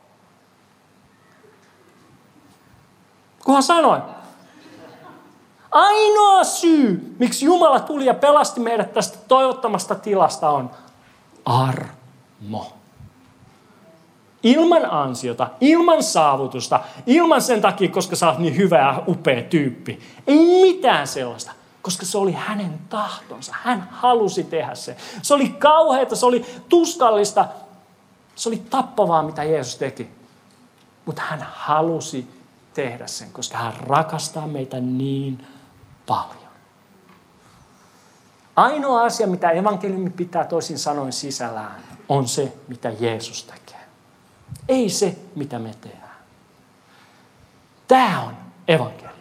Kunhan sanoin. Ainoa syy, miksi Jumala tuli ja pelasti meidät tästä toivottomasta tilasta on armo. Ilman ansiota, ilman saavutusta, ilman sen takia, koska sä oot niin hyvä ja upea tyyppi. Ei mitään sellaista, koska se oli hänen tahtonsa. Hän halusi tehdä se. Se oli kauheata, se oli tuskallista, se oli tappavaa, mitä Jeesus teki. Mutta hän halusi tehdä sen, koska hän rakastaa meitä niin paljon. Ainoa asia, mitä evankeliumi pitää toisin sanoen sisällään, on se, mitä Jeesus tekee. Ei se, mitä me tehdään. Tämä on evankeliumi.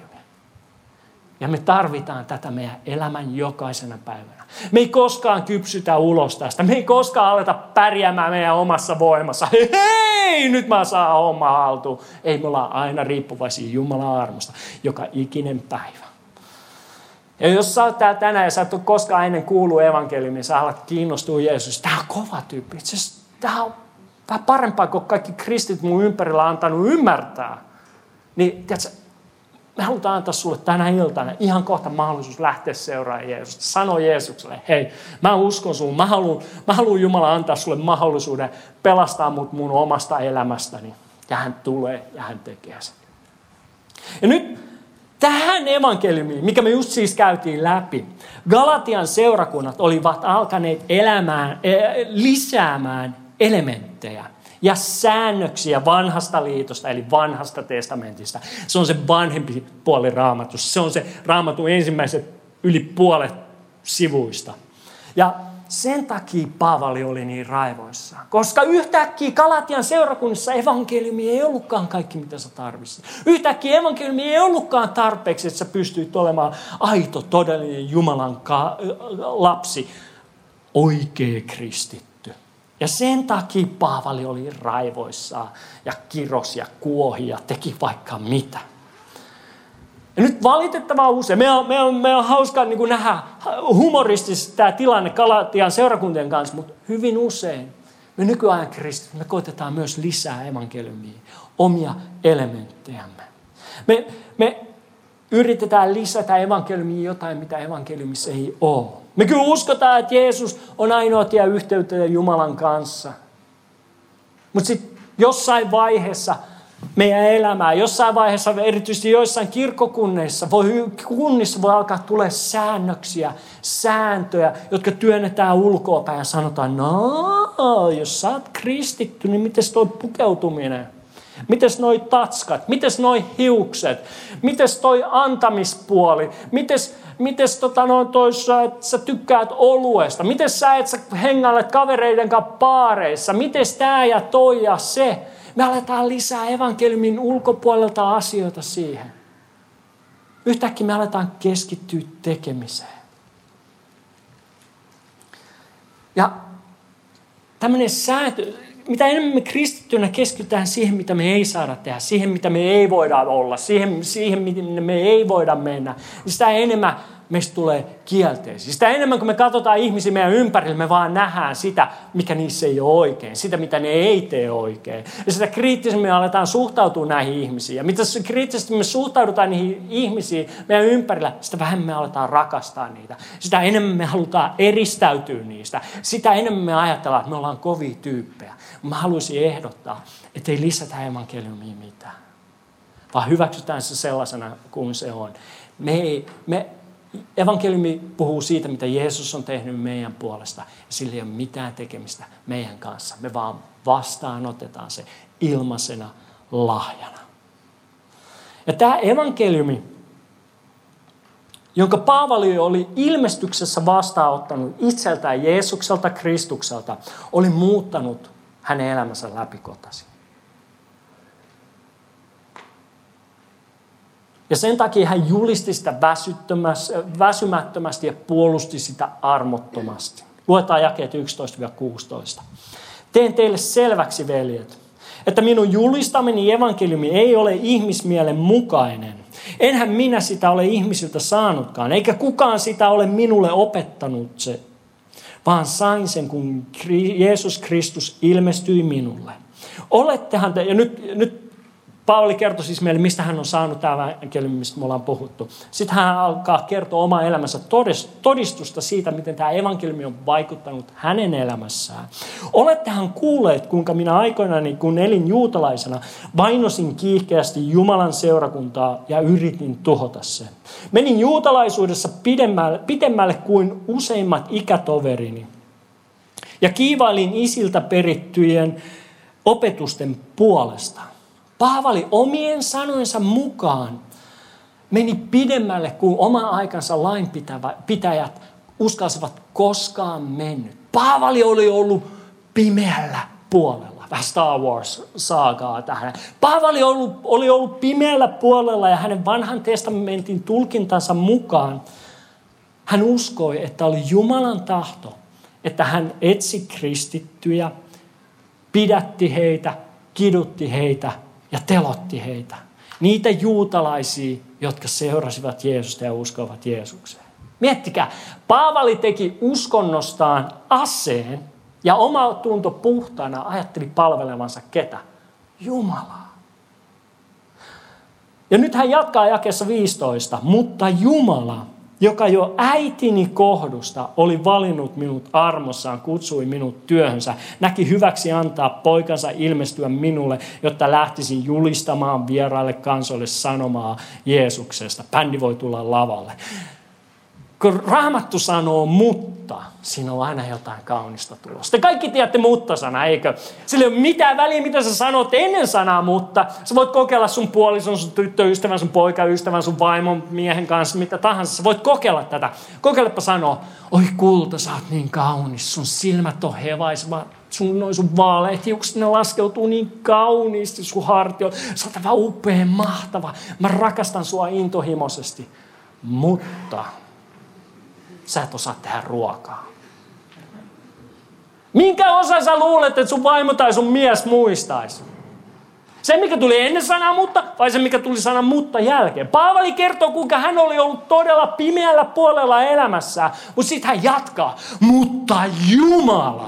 Ja me tarvitaan tätä meidän elämän jokaisena päivänä. Me ei koskaan kypsytä ulos tästä. Me ei koskaan aleta pärjäämään meidän omassa voimassa. Hei, hei nyt mä saan homma haltuun. Ei, me ollaan aina riippuvaisia Jumalan armosta. Joka ikinen päivä. Ja jos sä oot täällä tänään ja sä et ole koskaan ennen kuullut evankeliumiin, sä alat kiinnostua Jeesuksesta. Tämä on kova tyyppi. Itse asiassa tämä on vähän parempaa kuin kaikki kristit mun ympärillä on antanut ymmärtää. Niin, tiedätkö, me halutaan antaa sulle tänä iltana ihan kohta mahdollisuus lähteä seuraamaan Jeesusta. Sano Jeesukselle, hei, mä uskon sun, mä haluan, mä haluan Jumala antaa sulle mahdollisuuden pelastaa mut mun omasta elämästäni. Ja hän tulee ja hän tekee sen. Ja nyt tähän evankeliumiin, mikä me just siis käytiin läpi, Galatian seurakunnat olivat alkaneet elämään, lisäämään elementtejä ja säännöksiä vanhasta liitosta, eli vanhasta testamentista. Se on se vanhempi puoli Raamatusta. Se on se Raamatun ensimmäiset yli puolet sivuista. Ja sen takia Paavali oli niin raivoissaan. Koska yhtäkkiä Galatian seurakunnissa evankeliumi ei ollutkaan kaikki, mitä sä tarvitsit. Yhtäkkiä evankeliumi ei ollutkaan tarpeeksi, että sä pystyit olemaan aito, todellinen Jumalan ka- lapsi, oikea kristitty. Ja sen takia Paavali oli raivoissaan ja kirosi ja kuohi ja teki vaikka mitä. Ja nyt valitettavaa usein, me on, me on, me on hauskaa niin kuin nähdä humoristisesti tämä tilanne Galatian seurakuntien kanssa, mutta hyvin usein me nykyajan kristityt, me koitetaan myös lisää evankeliumia, omia elementtejämme. Me, me yritetään lisätä evankeliumiin jotain, mitä evankeliumissa ei ole. Me kyllä uskotaan, että Jeesus on ainoa tie yhteyteen Jumalan kanssa. Mutta sitten jossain vaiheessa meidän elämää, jossain vaiheessa, erityisesti joissain kirkkokunnissa, voi, kunnissa voi alkaa tulla säännöksiä, sääntöjä, jotka työnnetään ulkoapäin ja sanotaan, no, jos sä oot kristitty, niin mites toi pukeutuminen? Mites noi tatskat? Mites noi hiukset? Mites toi antamispuoli? Mites, mites tota noin toissa, että sä tykkäät oluesta? Mites sä et sä hengailet kavereiden kanssa baareissa? Mites tää ja toi ja se? Me aletaan lisää evankeliumin ulkopuolelta asioita siihen. Yhtäkkiä me aletaan keskittyä tekemiseen. Ja tämmöinen sääntö, mitä enemmän me kristittynä keskitytään siihen, mitä me ei saada tehdä, siihen, mitä me ei voida olla, siihen, siihen mitä me ei voida mennä, niin sitä enemmän meistä tulee kielteisiä. Sitä enemmän kuin me katsotaan ihmisiä meidän ympärillä, me vaan nähdään sitä, mikä niissä ei ole oikein. Sitä, mitä ne ei tee oikein. Ja sitä kriittisemmin me aletaan suhtautua näihin ihmisiin. Ja mitä kriittisesti me suhtaudutaan niihin ihmisiin meidän ympärillä, sitä vähemmän me aletaan rakastaa niitä. Sitä enemmän me halutaan eristäytyä niistä. Sitä enemmän me ajatellaan, että me ollaan kovia tyyppejä. Mä haluaisin ehdottaa, että ei lisätä evankeliumiin mitään. Vaan hyväksytään se sellaisena kuin se on. Me ei, me, evankeliumi puhuu siitä, mitä Jeesus on tehnyt meidän puolesta. Ja sillä ei ole mitään tekemistä meidän kanssa. Me vaan vastaanotetaan se ilmaisena lahjana. Ja tämä evankeliumi, jonka Paavali oli ilmestyksessä vastaanottanut itseltään Jeesukselta, Kristukselta, oli muuttanut hänen elämänsä läpikotaisin. Ja sen takia hän julisti sitä väsymättömästi ja puolusti sitä armottomasti. Luetaan jakeet yksitoista kuusitoista. Teen teille selväksi, veljet, että minun julistamani evankeliumi ei ole ihmismielen mukainen. Enhän minä sitä ole ihmisiltä saanutkaan, eikä kukaan sitä ole minulle opettanut se, vaan sain sen, kun Jeesus Kristus ilmestyi minulle. Olettehan te, ja nyt, nyt Paavali kertoi siis meille, mistä hän on saanut tämä evankeliumi, mistä me ollaan puhuttu. Sitten hän alkaa kertoa omaa elämänsä todistusta siitä, miten tämä evankeliumi on vaikuttanut hänen elämässään. Olettehan kuulleet, kuinka minä aikoinani, kun elin juutalaisena, vainosin kiihkeästi Jumalan seurakuntaa ja yritin tuhota sen. Menin juutalaisuudessa pidemmälle, pidemmälle kuin useimmat ikätoverini. Ja kiivailin isiltä perittyjen opetusten puolesta. Paavali omien sanojensa mukaan meni pidemmälle kuin oma aikansa lainpitäjät uskalsivat koskaan mennyt. Paavali oli ollut pimeällä puolella. Vähän Star Wars-saagaa tähän. Paavali oli ollut, oli ollut pimeällä puolella ja hänen vanhan testamentin tulkintansa mukaan hän uskoi, että oli Jumalan tahto, että hän etsi kristittyjä, pidätti heitä, kidutti heitä ja telotti heitä. Niitä juutalaisia, jotka seurasivat Jeesusta ja uskoivat Jeesukseen. Miettikää, Paavali teki uskonnostaan aseen ja oma tunto puhtaana ajatteli palvelevansa ketä? Jumalaa. Ja nyt hän jatkaa jakeessa viisitoista. Mutta Jumala, joka jo äitini kohdusta oli valinnut minut armossaan, kutsui minut työhönsä, näki hyväksi antaa poikansa ilmestyä minulle, jotta lähtisin julistamaan vieraille kansoille sanomaa Jeesuksesta. Bändi voi tulla lavalle. Kun Raamattu sanoo mutta, siinä on aina jotain kaunista tulosta. Te kaikki tiedätte mutta-sana, eikö? Sillä ei ole mitään väliä, mitä sä sanot ennen sanaa mutta. Sä voit kokeilla sun puolison, sun tyttöystävän, sun poikaystävän, sun vaimon, miehen kanssa, mitä tahansa. Sä voit kokeilla tätä. Kokeilepa sanoa, oi kulta, sä oot niin kaunis, sun silmät on hevaiseva, sun, noin sun vaaleat hiukset, ne laskeutuu niin kauniisti sun hartioon. Sä oot aivan upea, mahtava. Mä rakastan sua intohimoisesti. Mutta sä et osaa tehdä ruokaa. Minkä osa sä luulet, että sun vaimo tai sun mies muistaisi? Se, mikä tuli ennen sanaa mutta, vai se, mikä tuli sanan mutta jälkeen? Paavali kertoo, kuinka hän oli ollut todella pimeällä puolella elämässään, mutta sitten hän jatkaa. Mutta Jumala.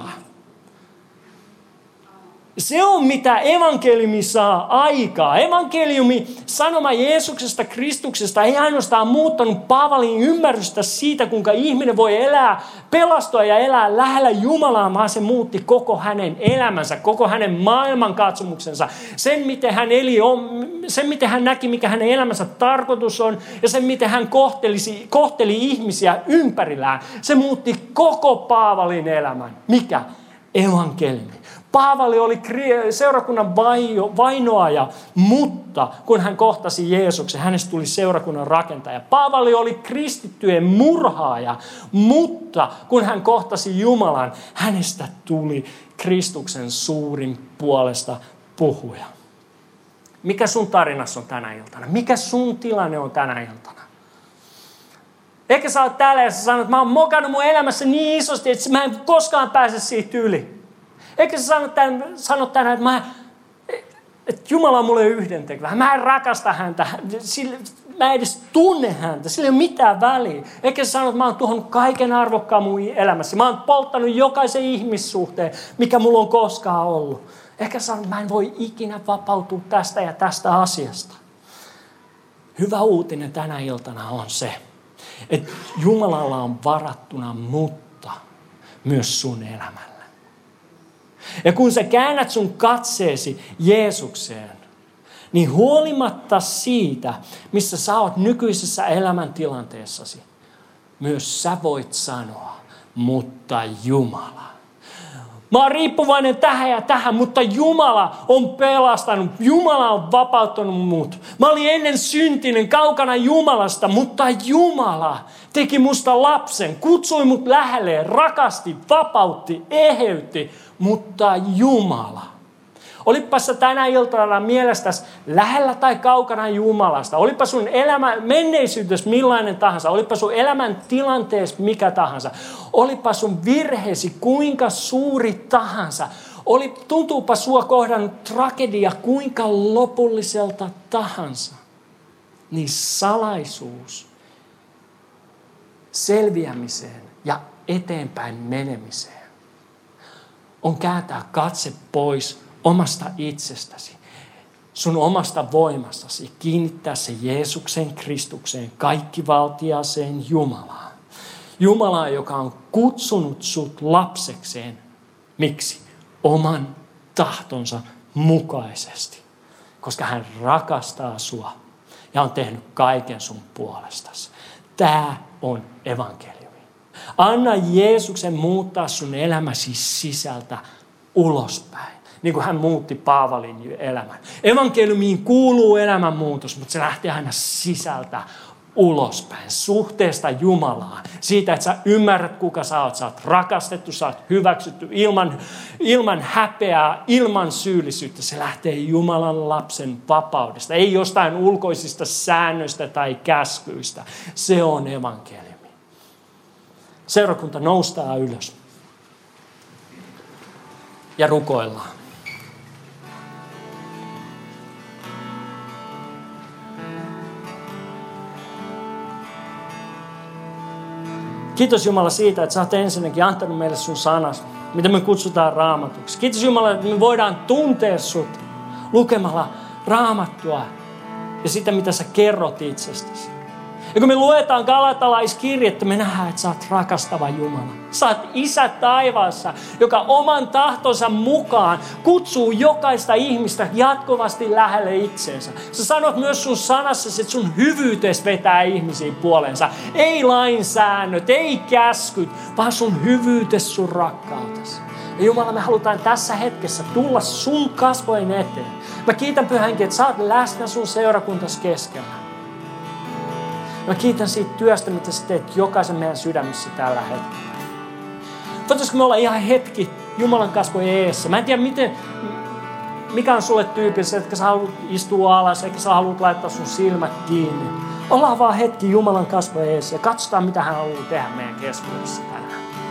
Se on mitä evankeliumi saa aikaa. Evankeliumi, sanoma Jeesuksesta, Kristuksesta, ei ainoastaan muuttanut Paavalin ymmärrystä siitä, kuinka ihminen voi elää, pelastua ja elää lähellä Jumalaa, vaan se muutti koko hänen elämänsä, koko hänen maailmankatsomuksensa. Sen, miten hän eli, sen, miten hän näki, mikä hänen elämänsä tarkoitus on, ja sen, miten hän kohteli, kohteli ihmisiä ympärillään. Se muutti koko Paavalin elämän. Mikä? Evankeliumi. Paavali oli seurakunnan vainoaja, mutta kun hän kohtasi Jeesuksen, hänestä tuli seurakunnan rakentaja. Paavali oli kristittyjen murhaaja, mutta kun hän kohtasi Jumalan, hänestä tuli Kristuksen suurin puolesta puhuja. Mikä sun tarinassa on tänä iltana? Mikä sun tilanne on tänä iltana? Ehkä sä oot täällä ja sä sanot, että mä oon mokannut mun elämässä niin isosti, että mä en koskaan pääse siitä yli. Eikä sä sano tänään, sano tänään että, mä, että Jumala on mulle yhdentekevä. Mä en rakasta häntä. Sille, mä edes tunne häntä, sillä ei ole mitään väliä. Ehkä sä sanot, että mä oon tuhonnut kaiken arvokkaan mun elämässä. Mä oon polttanut jokaisen ihmissuhteen, mikä mulla on koskaan ollut. Ehkä sä sanot, että mä en voi ikinä vapautua tästä ja tästä asiasta. Hyvä uutinen tänä iltana on se, että Jumalalla on varattuna mutta myös sun elämällä. Ja kun sä käännät sun katseesi Jeesukseen, niin huolimatta siitä, missä sä oot nykyisessä elämäntilanteessasi, myös sä voit sanoa, mutta Jumala. Mä oon riippuvainen tähän ja tähän, mutta Jumala on pelastanut. Jumala on vapauttanut mut. Mä olin ennen syntinen, kaukana Jumalasta, mutta Jumala teki musta lapsen, kutsui mut lähelleen, rakasti, vapautti, eheytti, mutta Jumala. Olipa sä tänä iltana mielestäsi lähellä tai kaukana Jumalasta. Olipa sun elämä menneisyytesi millainen tahansa. Olipa sun elämän tilanteessa mikä tahansa. Olipa sun virheesi kuinka suuri tahansa. Oli, tuntuupa sua kohdannut tragedia kuinka lopulliselta tahansa. Niin salaisuus selviämiseen ja eteenpäin menemiseen on kääntää katse pois omasta itsestäsi, sun omasta voimastasi, kiinnittää se Jeesuksen Kristukseen, kaikkivaltiaaseen Jumalaan. Jumalaan, joka on kutsunut sut lapsekseen. Miksi? Oman tahtonsa mukaisesti. Koska hän rakastaa sua ja on tehnyt kaiken sun puolestasi. Tämä on evankeliumi. Anna Jeesuksen muuttaa sun elämäsi sisältä ulospäin. Niin kuin hän muutti Paavalin elämän. Evankeliumiin kuuluu elämänmuutos, mutta se lähtee aina sisältä ulospäin. Suhteesta Jumalaan. Siitä, että sä ymmärrät, kuka sä oot. Sä oot rakastettu, sä oot hyväksytty ilman, ilman häpeää, ilman syyllisyyttä. Se lähtee Jumalan lapsen vapaudesta. Ei jostain ulkoisista säännöistä tai käskyistä. Se on evankeliumi. Seurakunta noustaa ylös. Ja rukoillaan. Kiitos Jumala siitä, että sä oot ensinnäkin antanut meille sun sanas, mitä me kutsutaan raamatuksi. Kiitos Jumala, että me voidaan tuntea sut lukemalla raamattua ja sitä, mitä sä kerrot itsestäsi. Ja kun me luetaan galatalaiskirjettä, me nähdään, että sä oot rakastava Jumala. Sä oot Isä taivaassa, joka oman tahtonsa mukaan kutsuu jokaista ihmistä jatkuvasti lähelle itseensä. Sä sanot myös sun sanassasi, että sun hyvyytes vetää ihmisiä puoleensa. Ei lainsäännöt, ei käskyt, vaan sun hyvyytes, sun rakkautesi. Ja Jumala, me halutaan tässä hetkessä tulla sun kasvojen eteen. Mä kiitän Pyhä Henki, että sä oot läsnä sun seurakuntas keskellä. Mä kiitän siitä työstä, mitä sä teet jokaisen meidän sydämissä tällä hetkellä. Voitaisiko me olla ihan hetki Jumalan kasvojen eessä? Mä en tiedä, miten, mikä on sulle tyypillistä, että sä haluat istua alas, eikä sä haluat laittaa sun silmät kiinni. Ollaan vaan hetki Jumalan kasvojen eessä ja katsotaan, mitä hän haluaa tehdä meidän keskuudessa tänään.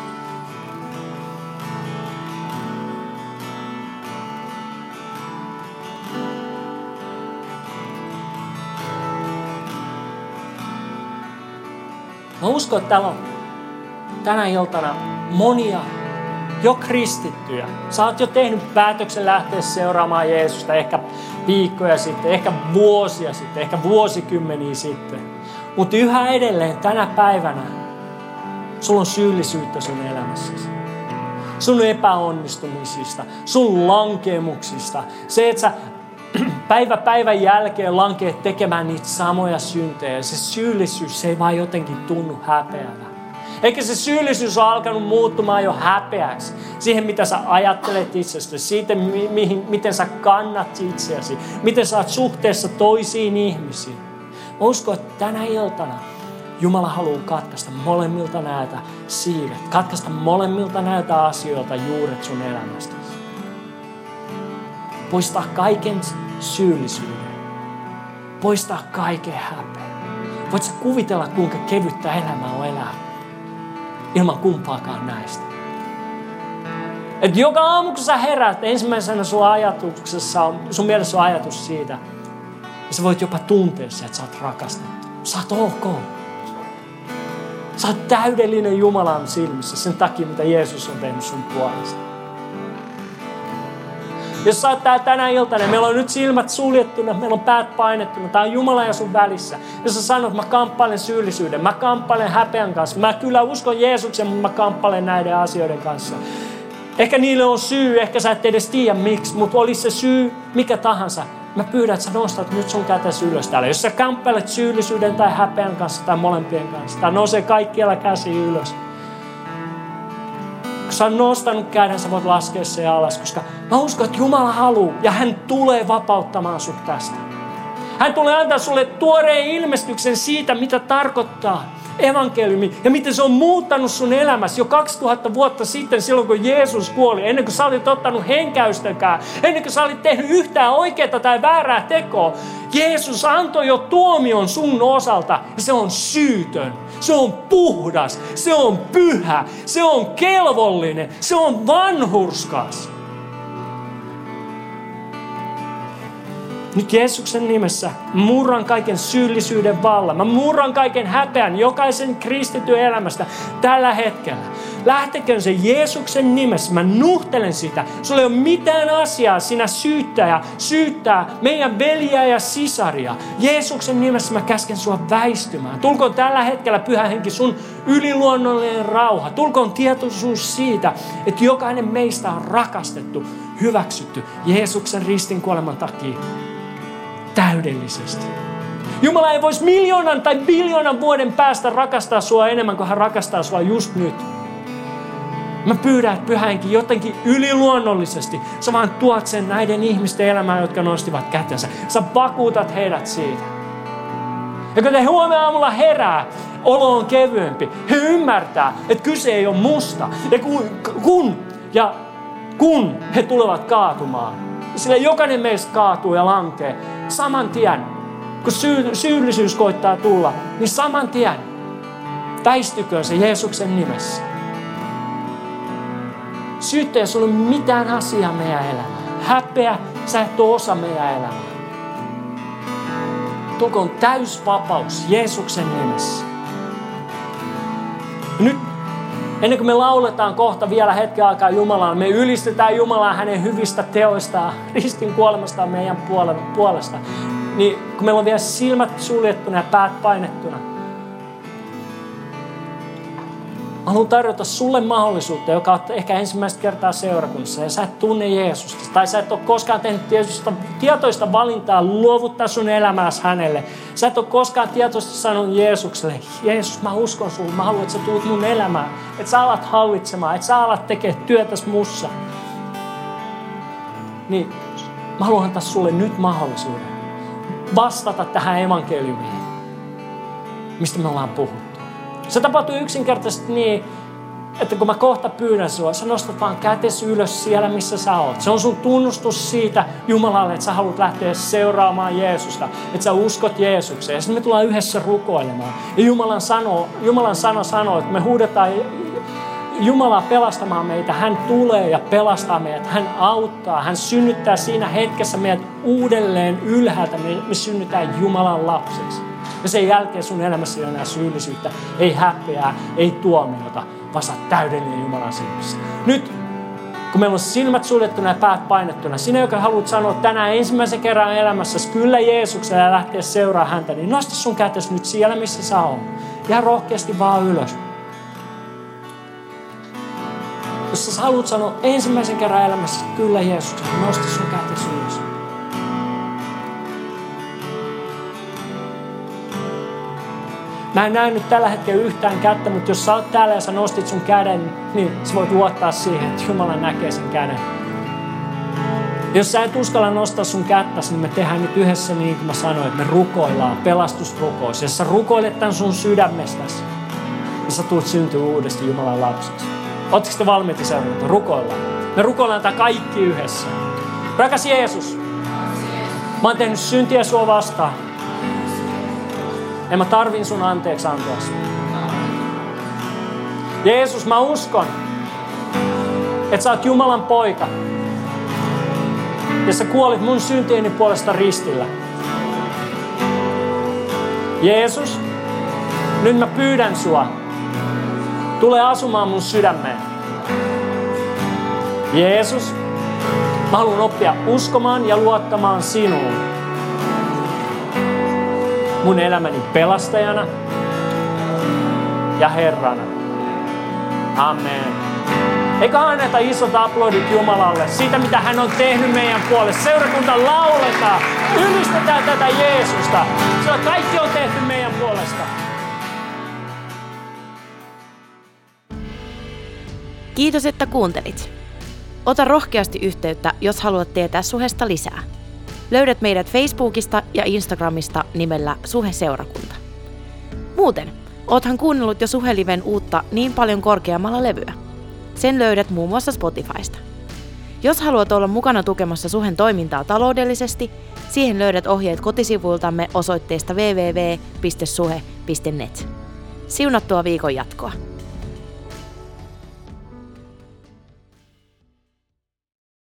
Mä uskon, että täällä on tänä iltana monia jo kristittyjä. Sä oot jo tehnyt päätöksen lähteä seuraamaan Jeesusta ehkä viikkoja sitten, ehkä vuosia sitten, ehkä vuosikymmeniä sitten. Mutta yhä edelleen tänä päivänä sulla on syyllisyyttä sun elämässäsi. Sun epäonnistumisista, sun lankemuksista. Se, että sä päivä päivän jälkeen lankeet tekemään niitä samoja syntejä. Se syyllisyys, se ei vaan jotenkin tunnu häpeältä. Eikä se syyllisyys ole alkanut muuttumaan jo häpeäksi. Siihen, mitä sä ajattelet itsestäsi. Siitä, mihin, miten sä kannat itseäsi. Miten sä oot suhteessa toisiin ihmisiin. Mä uskon, että tänä iltana Jumala haluaa katkaista molemmilta näitä siivet. Katkaista molemmilta näitä asioita juuret sun elämästäsi. Poistaa kaiken syyllisyyden. Poistaa kaiken häpeä. Voit sä kuvitella, kuinka kevyttä elämää on elää ilman kumpaakaan näistä. Et joka aamu, kun sä herät, ensimmäisenä sun ajatuksessa on, sun mielessä on ajatus siitä, Ja sä voit jopa tuntea se, että sä oot rakastettu. Sä oot ok. Sä oot täydellinen Jumalan silmissä sen takia, mitä Jeesus on tehnyt sun puolesta. Jos sä oot täällä tänä iltana, meillä on nyt silmät suljettuna, meillä on päät painettuna, tää on Jumala ja sun välissä. Jos sä sanot, että mä kamppailen syyllisyyden, mä kamppailen häpeän kanssa, mä kyllä uskon Jeesuksen, mutta mä kamppailen näiden asioiden kanssa. Ehkä niille on syy, ehkä sä et edes tiedä miksi, mutta olisi se syy mikä tahansa. Mä pyydän, että sä nostat nyt sun kätesi ylös täällä. Jos sä kamppailet syyllisyyden tai häpeän kanssa tai molempien kanssa, tai nousee kaikkialla käsi ylös. Kun sä oot nostanut käden, sä voit laskea sen alas, koska mä uskon, että Jumala haluaa ja hän tulee vapauttamaan sut tästä. Hän tulee antaa sulle tuoreen ilmestyksen siitä, mitä tarkoittaa evankeliumi ja miten se on muuttanut sun elämässä jo kaksituhatta vuotta sitten, silloin kun Jeesus kuoli, ennen kuin sä olit ottanut henkäystäkään, ennen kuin sä olit tehnyt yhtään oikeaa tai väärää tekoa. Jeesus antoi jo tuomion sun osalta ja se on syytön, se on puhdas, se on pyhä, se on kelvollinen, se on vanhurskas. Nyt Jeesuksen nimessä murran kaiken syyllisyyden vallan. Mä murran kaiken häpeän jokaisen kristityn elämästä tällä hetkellä. Lähtekö se Jeesuksen nimessä? Mä nuhtelen sitä. Sulla ei ole mitään asiaa sinä syyttäjä, syyttää meidän veljiä ja sisaria. Jeesuksen nimessä mä käsken sua väistymään. Tulkoon tällä hetkellä Pyhä Henki sun yliluonnollinen rauha. Tulkoon tietoisuus siitä, että jokainen meistä on rakastettu, hyväksytty Jeesuksen ristin kuoleman takia. Täydellisesti. Jumala ei voisi miljoonan tai biljoonan vuoden päästä rakastaa sua enemmän kuin hän rakastaa sua just nyt. Mä pyydän, että Pyhä Henki jotenkin yliluonnollisesti sä vaan tuot sen näiden ihmisten elämään, jotka nostivat kätensä. Sä vakuutat heidät siitä. Ja kun he huomenna aamulla herää, olo on kevyempi. He ymmärtää, että kyse ei ole musta. Ja kun, kun, ja kun he tulevat kaatumaan, sillä jokainen meistä kaatuu ja lankee. Saman tien, kun syy, syyllisyys koittaa tulla, niin saman tien väistyköön se Jeesuksen nimessä. Syyttäjä, sulla ei ole mitään asiaa meidän elämään. Häpeä, sä et ole osa meidän elämää. Tulkoon täysvapaus Jeesuksen nimessä. Nyt, ennen kuin me lauletaan kohta vielä hetken aikaa Jumalaan, me ylistetään Jumalaa hänen hyvistä teoistaan, ristin kuolemastaan meidän puolesta. Niin kun meillä on vielä silmät suljettuna ja päät painettuna, mä haluan tarjota sulle mahdollisuutta, joka on ehkä ensimmäistä kertaa seurakunnassa ja sä et tunne Jeesusta. Tai sä et ole koskaan tehnyt tietoista, tietoista valintaa luovuttaa sun elämääsi hänelle. Sä et ole koskaan tietoisesti sanonut Jeesukselle, Jeesus, mä uskon sulle, mä haluan, että sä tuut mun elämään. Että sä alat hallitsemaan, että sä alat tekemään työtäsi mussa. Niin mä haluan antaa sulle nyt mahdollisuuden vastata tähän evankeliumiin, mistä me ollaan puhuttu. Se tapahtuu yksinkertaisesti niin, että kun mä kohta pyydän sua, sä nostat vaan kätesi ylös siellä, missä sä oot. Se on sun tunnustus siitä Jumalalle, että sä haluat lähteä seuraamaan Jeesusta, että sä uskot Jeesukseen. Ja sitten me tullaan yhdessä rukoilemaan. Ja Jumalan, sanoo, Jumalan sana sanoo, että me huudetaan Jumalaa pelastamaan meitä. Hän tulee ja pelastaa meidät. Hän auttaa. Hän synnyttää siinä hetkessä meidät uudelleen ylhäältä. Me, me synnytään Jumalan lapseksi. Ja sen jälkeen sun elämässä ei ole enää syyllisyyttä, ei häpeää, ei tuomiota, vaan sä oot täydellinen Jumalan silmissä. Nyt, kun meillä on silmät suljettuna ja päät painettuna, sinä, joka haluat sanoa tänään ensimmäisen kerran elämässäsi kyllä Jeesukselle ja lähteä seuraamaan häntä, niin nosta sun kätesi nyt siellä, missä sä oot. Ja rohkeasti vaan ylös. Jos sä haluat sanoa ensimmäisen kerran elämässä kyllä Jeesukselle, nosta sun kätesi ylös. Mä en näe nyt tällä hetkellä yhtään kättä, mutta jos sä oot täällä ja sä nostit sun käden, niin sä voit luottaa siihen, että Jumala näkee sen käden. Jos sä et uskalla nostaa sun kättäsi, niin me tehdään nyt yhdessä niin kuin mä sanoin, että me rukoillaan pelastusrukous. Jos sä rukoilet tämän sun sydämestäsi, niin sä tulet syntyä uudesti Jumalan lapseksi. Ootteko te valmiita seurata? Rukoillaan. Me rukoillaan tätä kaikki yhdessä. Rakas Jeesus, mä oon tehnyt syntiä sua vastaan. Ja mä tarvin sun anteeksi anteeksi. Jeesus, mä uskon, että sä oot Jumalan poika. Ja sä kuolit mun syntieni puolesta ristillä. Jeesus, nyt mä pyydän sua, tule asumaan mun sydämeen. Jeesus, mä haluan oppia uskomaan ja luottamaan sinuun. Mun elämäni pelastajana ja Herrana. Amen. Eikä anneta isot aplodit Jumalalle siitä, mitä hän on tehnyt meidän puolesta. Seurakunta, lauletaan, ylistetään tätä Jeesusta. Sillä kaikki on tehty meidän puolesta. Kiitos, että kuuntelit. Ota rohkeasti yhteyttä, jos haluat tietää Suhesta lisää. Löydät meidät Facebookista ja Instagramista nimellä Suhe-seurakunta. Muuten, oothan kuunnellut jo Suhe-liven uutta Niin paljon korkeammalla levyä. Sen löydät muun muassa Spotifysta. Jos haluat olla mukana tukemassa Suhen toimintaa taloudellisesti, siihen löydät ohjeet kotisivuiltamme osoitteesta double-u double-u double-u piste suhe piste net. Siunattua viikon jatkoa!